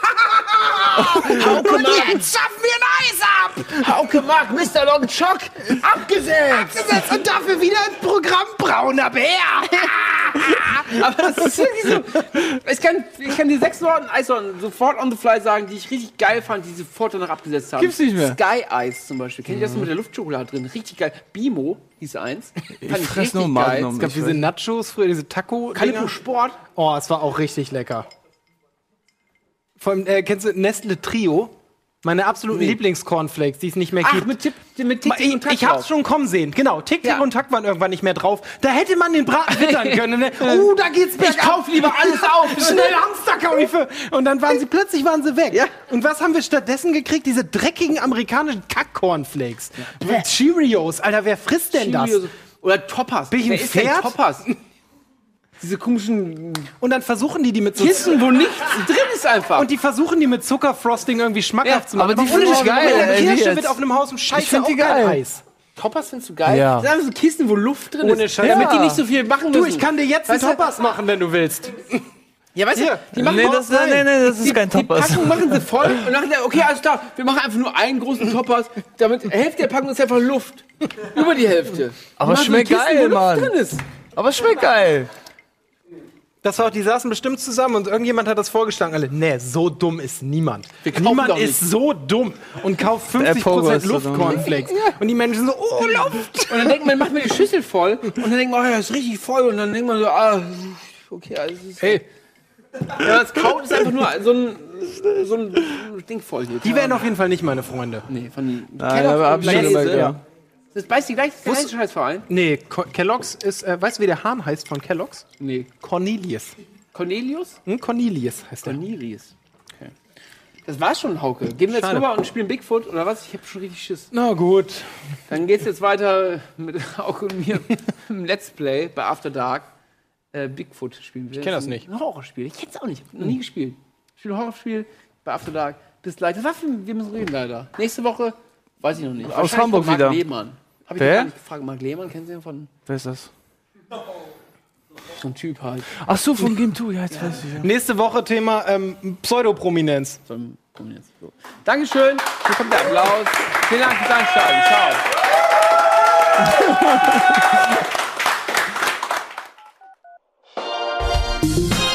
und jetzt schaffen wir ein Eis ab! Hauke Mark, Mr. Long Chock, abgesetzt! Abgesetzt und dafür wieder ins Programm brauner Bär! Aber das ist wirklich so. Ich kann die 6 Sorten Eissorten sofort on the fly sagen, die ich richtig geil fand, die sofort danach abgesetzt haben. Gibt's nicht mehr. Sky Eis zum Beispiel. Kennt ihr das so mit der Luftschokolade drin? Richtig geil. Bimo hieß eins. Fand ich fress nur richtig Magnum. Es gab diese Nachos früher, diese Taco. Calippo Sport. Oh, es war auch richtig lecker. Vor allem, kennst du Nestle Trio? Meine absoluten Lieblingscornflakes, die es nicht mehr Ach, gibt. mit Tick und Tack Ich hab's drauf. schon kommen sehen. Genau, Tick Ja. und Tack waren irgendwann nicht mehr drauf. Da hätte man den Braten wittern können. Ne? Da geht's bergab. Ich kauf lieber alles auf. Schnell Hamsterkäufe. Und dann waren sie plötzlich weg. Ja. Und was haben wir stattdessen gekriegt? Diese dreckigen amerikanischen Kack-Cornflakes. Cheerios. Alter, wer frisst denn das? Cheerios. Oder Toppers. Bin ich ein Wer isst denn Pferd? Toppers? Diese komischen Und dann versuchen die mit so Kissen, wo nichts drin ist einfach. Und die versuchen die mit Zuckerfrosting irgendwie schmackhaft Ja, zu machen. aber die ohne finde ich Scheiß, geil, Eine die Kirsche jetzt. wird auf einem Haus und Scheiße Ich find auch die kein geil. Eis. Toppers findest du geil? Ja. Das sind einfach so Kissen, wo Luft drin Ohne ist. Scheiß. Damit die Ja. nicht so viel machen müssen. Du, ich kann dir jetzt einen Weißt du- Toppers machen, wenn du willst. Ja, weißt Hier. du, die machen Nee, auch das geil. ist kein Die Toppers. Packung machen sie voll und nachher, okay, alles klar, wir machen einfach nur einen großen Toppers, damit Hälfte der Packung ist einfach Luft. Über die Hälfte. Aber Die machen schmeckt so Kissen, geil, wo Luft Mann. drin ist. Aber es schmeckt geil. Das war auch, die saßen bestimmt zusammen und irgendjemand hat das vorgeschlagen. Alle, nee, so dumm ist niemand. kaufen Niemand doch ist so dumm und kauft 50% Pogo ist so Luftcornflakes. Und die Menschen so, oh, Luft! Und dann denkt man, macht man die Schüssel voll und dann denkt man, oh, das ist richtig voll und dann denkt man so, okay, also es ist Hey, ja, das Kraut ist einfach nur so ein Ding voll hier. die wären auf jeden Fall nicht meine Freunde. Nee, von Nein, aber hab ich schon Langnese. gemerkt, ja. Das beißt die gleich, der gleiche Scheißverein? Nee, Kellogg's ist, weißt du, wie der Hahn heißt von Kellogg's? Nee. Cornelius. Cornelius? Cornelius heißt der. Cornelius. Okay. Das war's schon, Hauke. Gehen wir jetzt Schade. rüber und spielen Bigfoot oder was? Ich hab schon richtig Schiss. Na gut. Dann geht's jetzt weiter mit Hauke und mir im Let's Play bei After Dark. Bigfoot spielen wir. kenn das nicht. Ein Horrorspiel. Ich kenn's auch nicht. Ich hab noch nie gespielt. Ich spiele ein Horrorspiel bei After Dark. Bis gleich. Das war wir müssen reden leider. Nächste Woche weiß ich noch nicht. Wahrscheinlich Hamburg von Marc wieder. Lehmann. Hab ich Wer? doch gar nicht gefragt. Marc Lehmann, kennen Sie ihn von? Wer ist das? So ein Typ halt. Ach so, von Game 2. Ja, jetzt weiß ich. Ja. Nächste Woche Thema Pseudoprominenz. So ein Prominenz. So. Dankeschön. Hier kommt der Applaus. Vielen Dank fürs Einschalten. Ciao.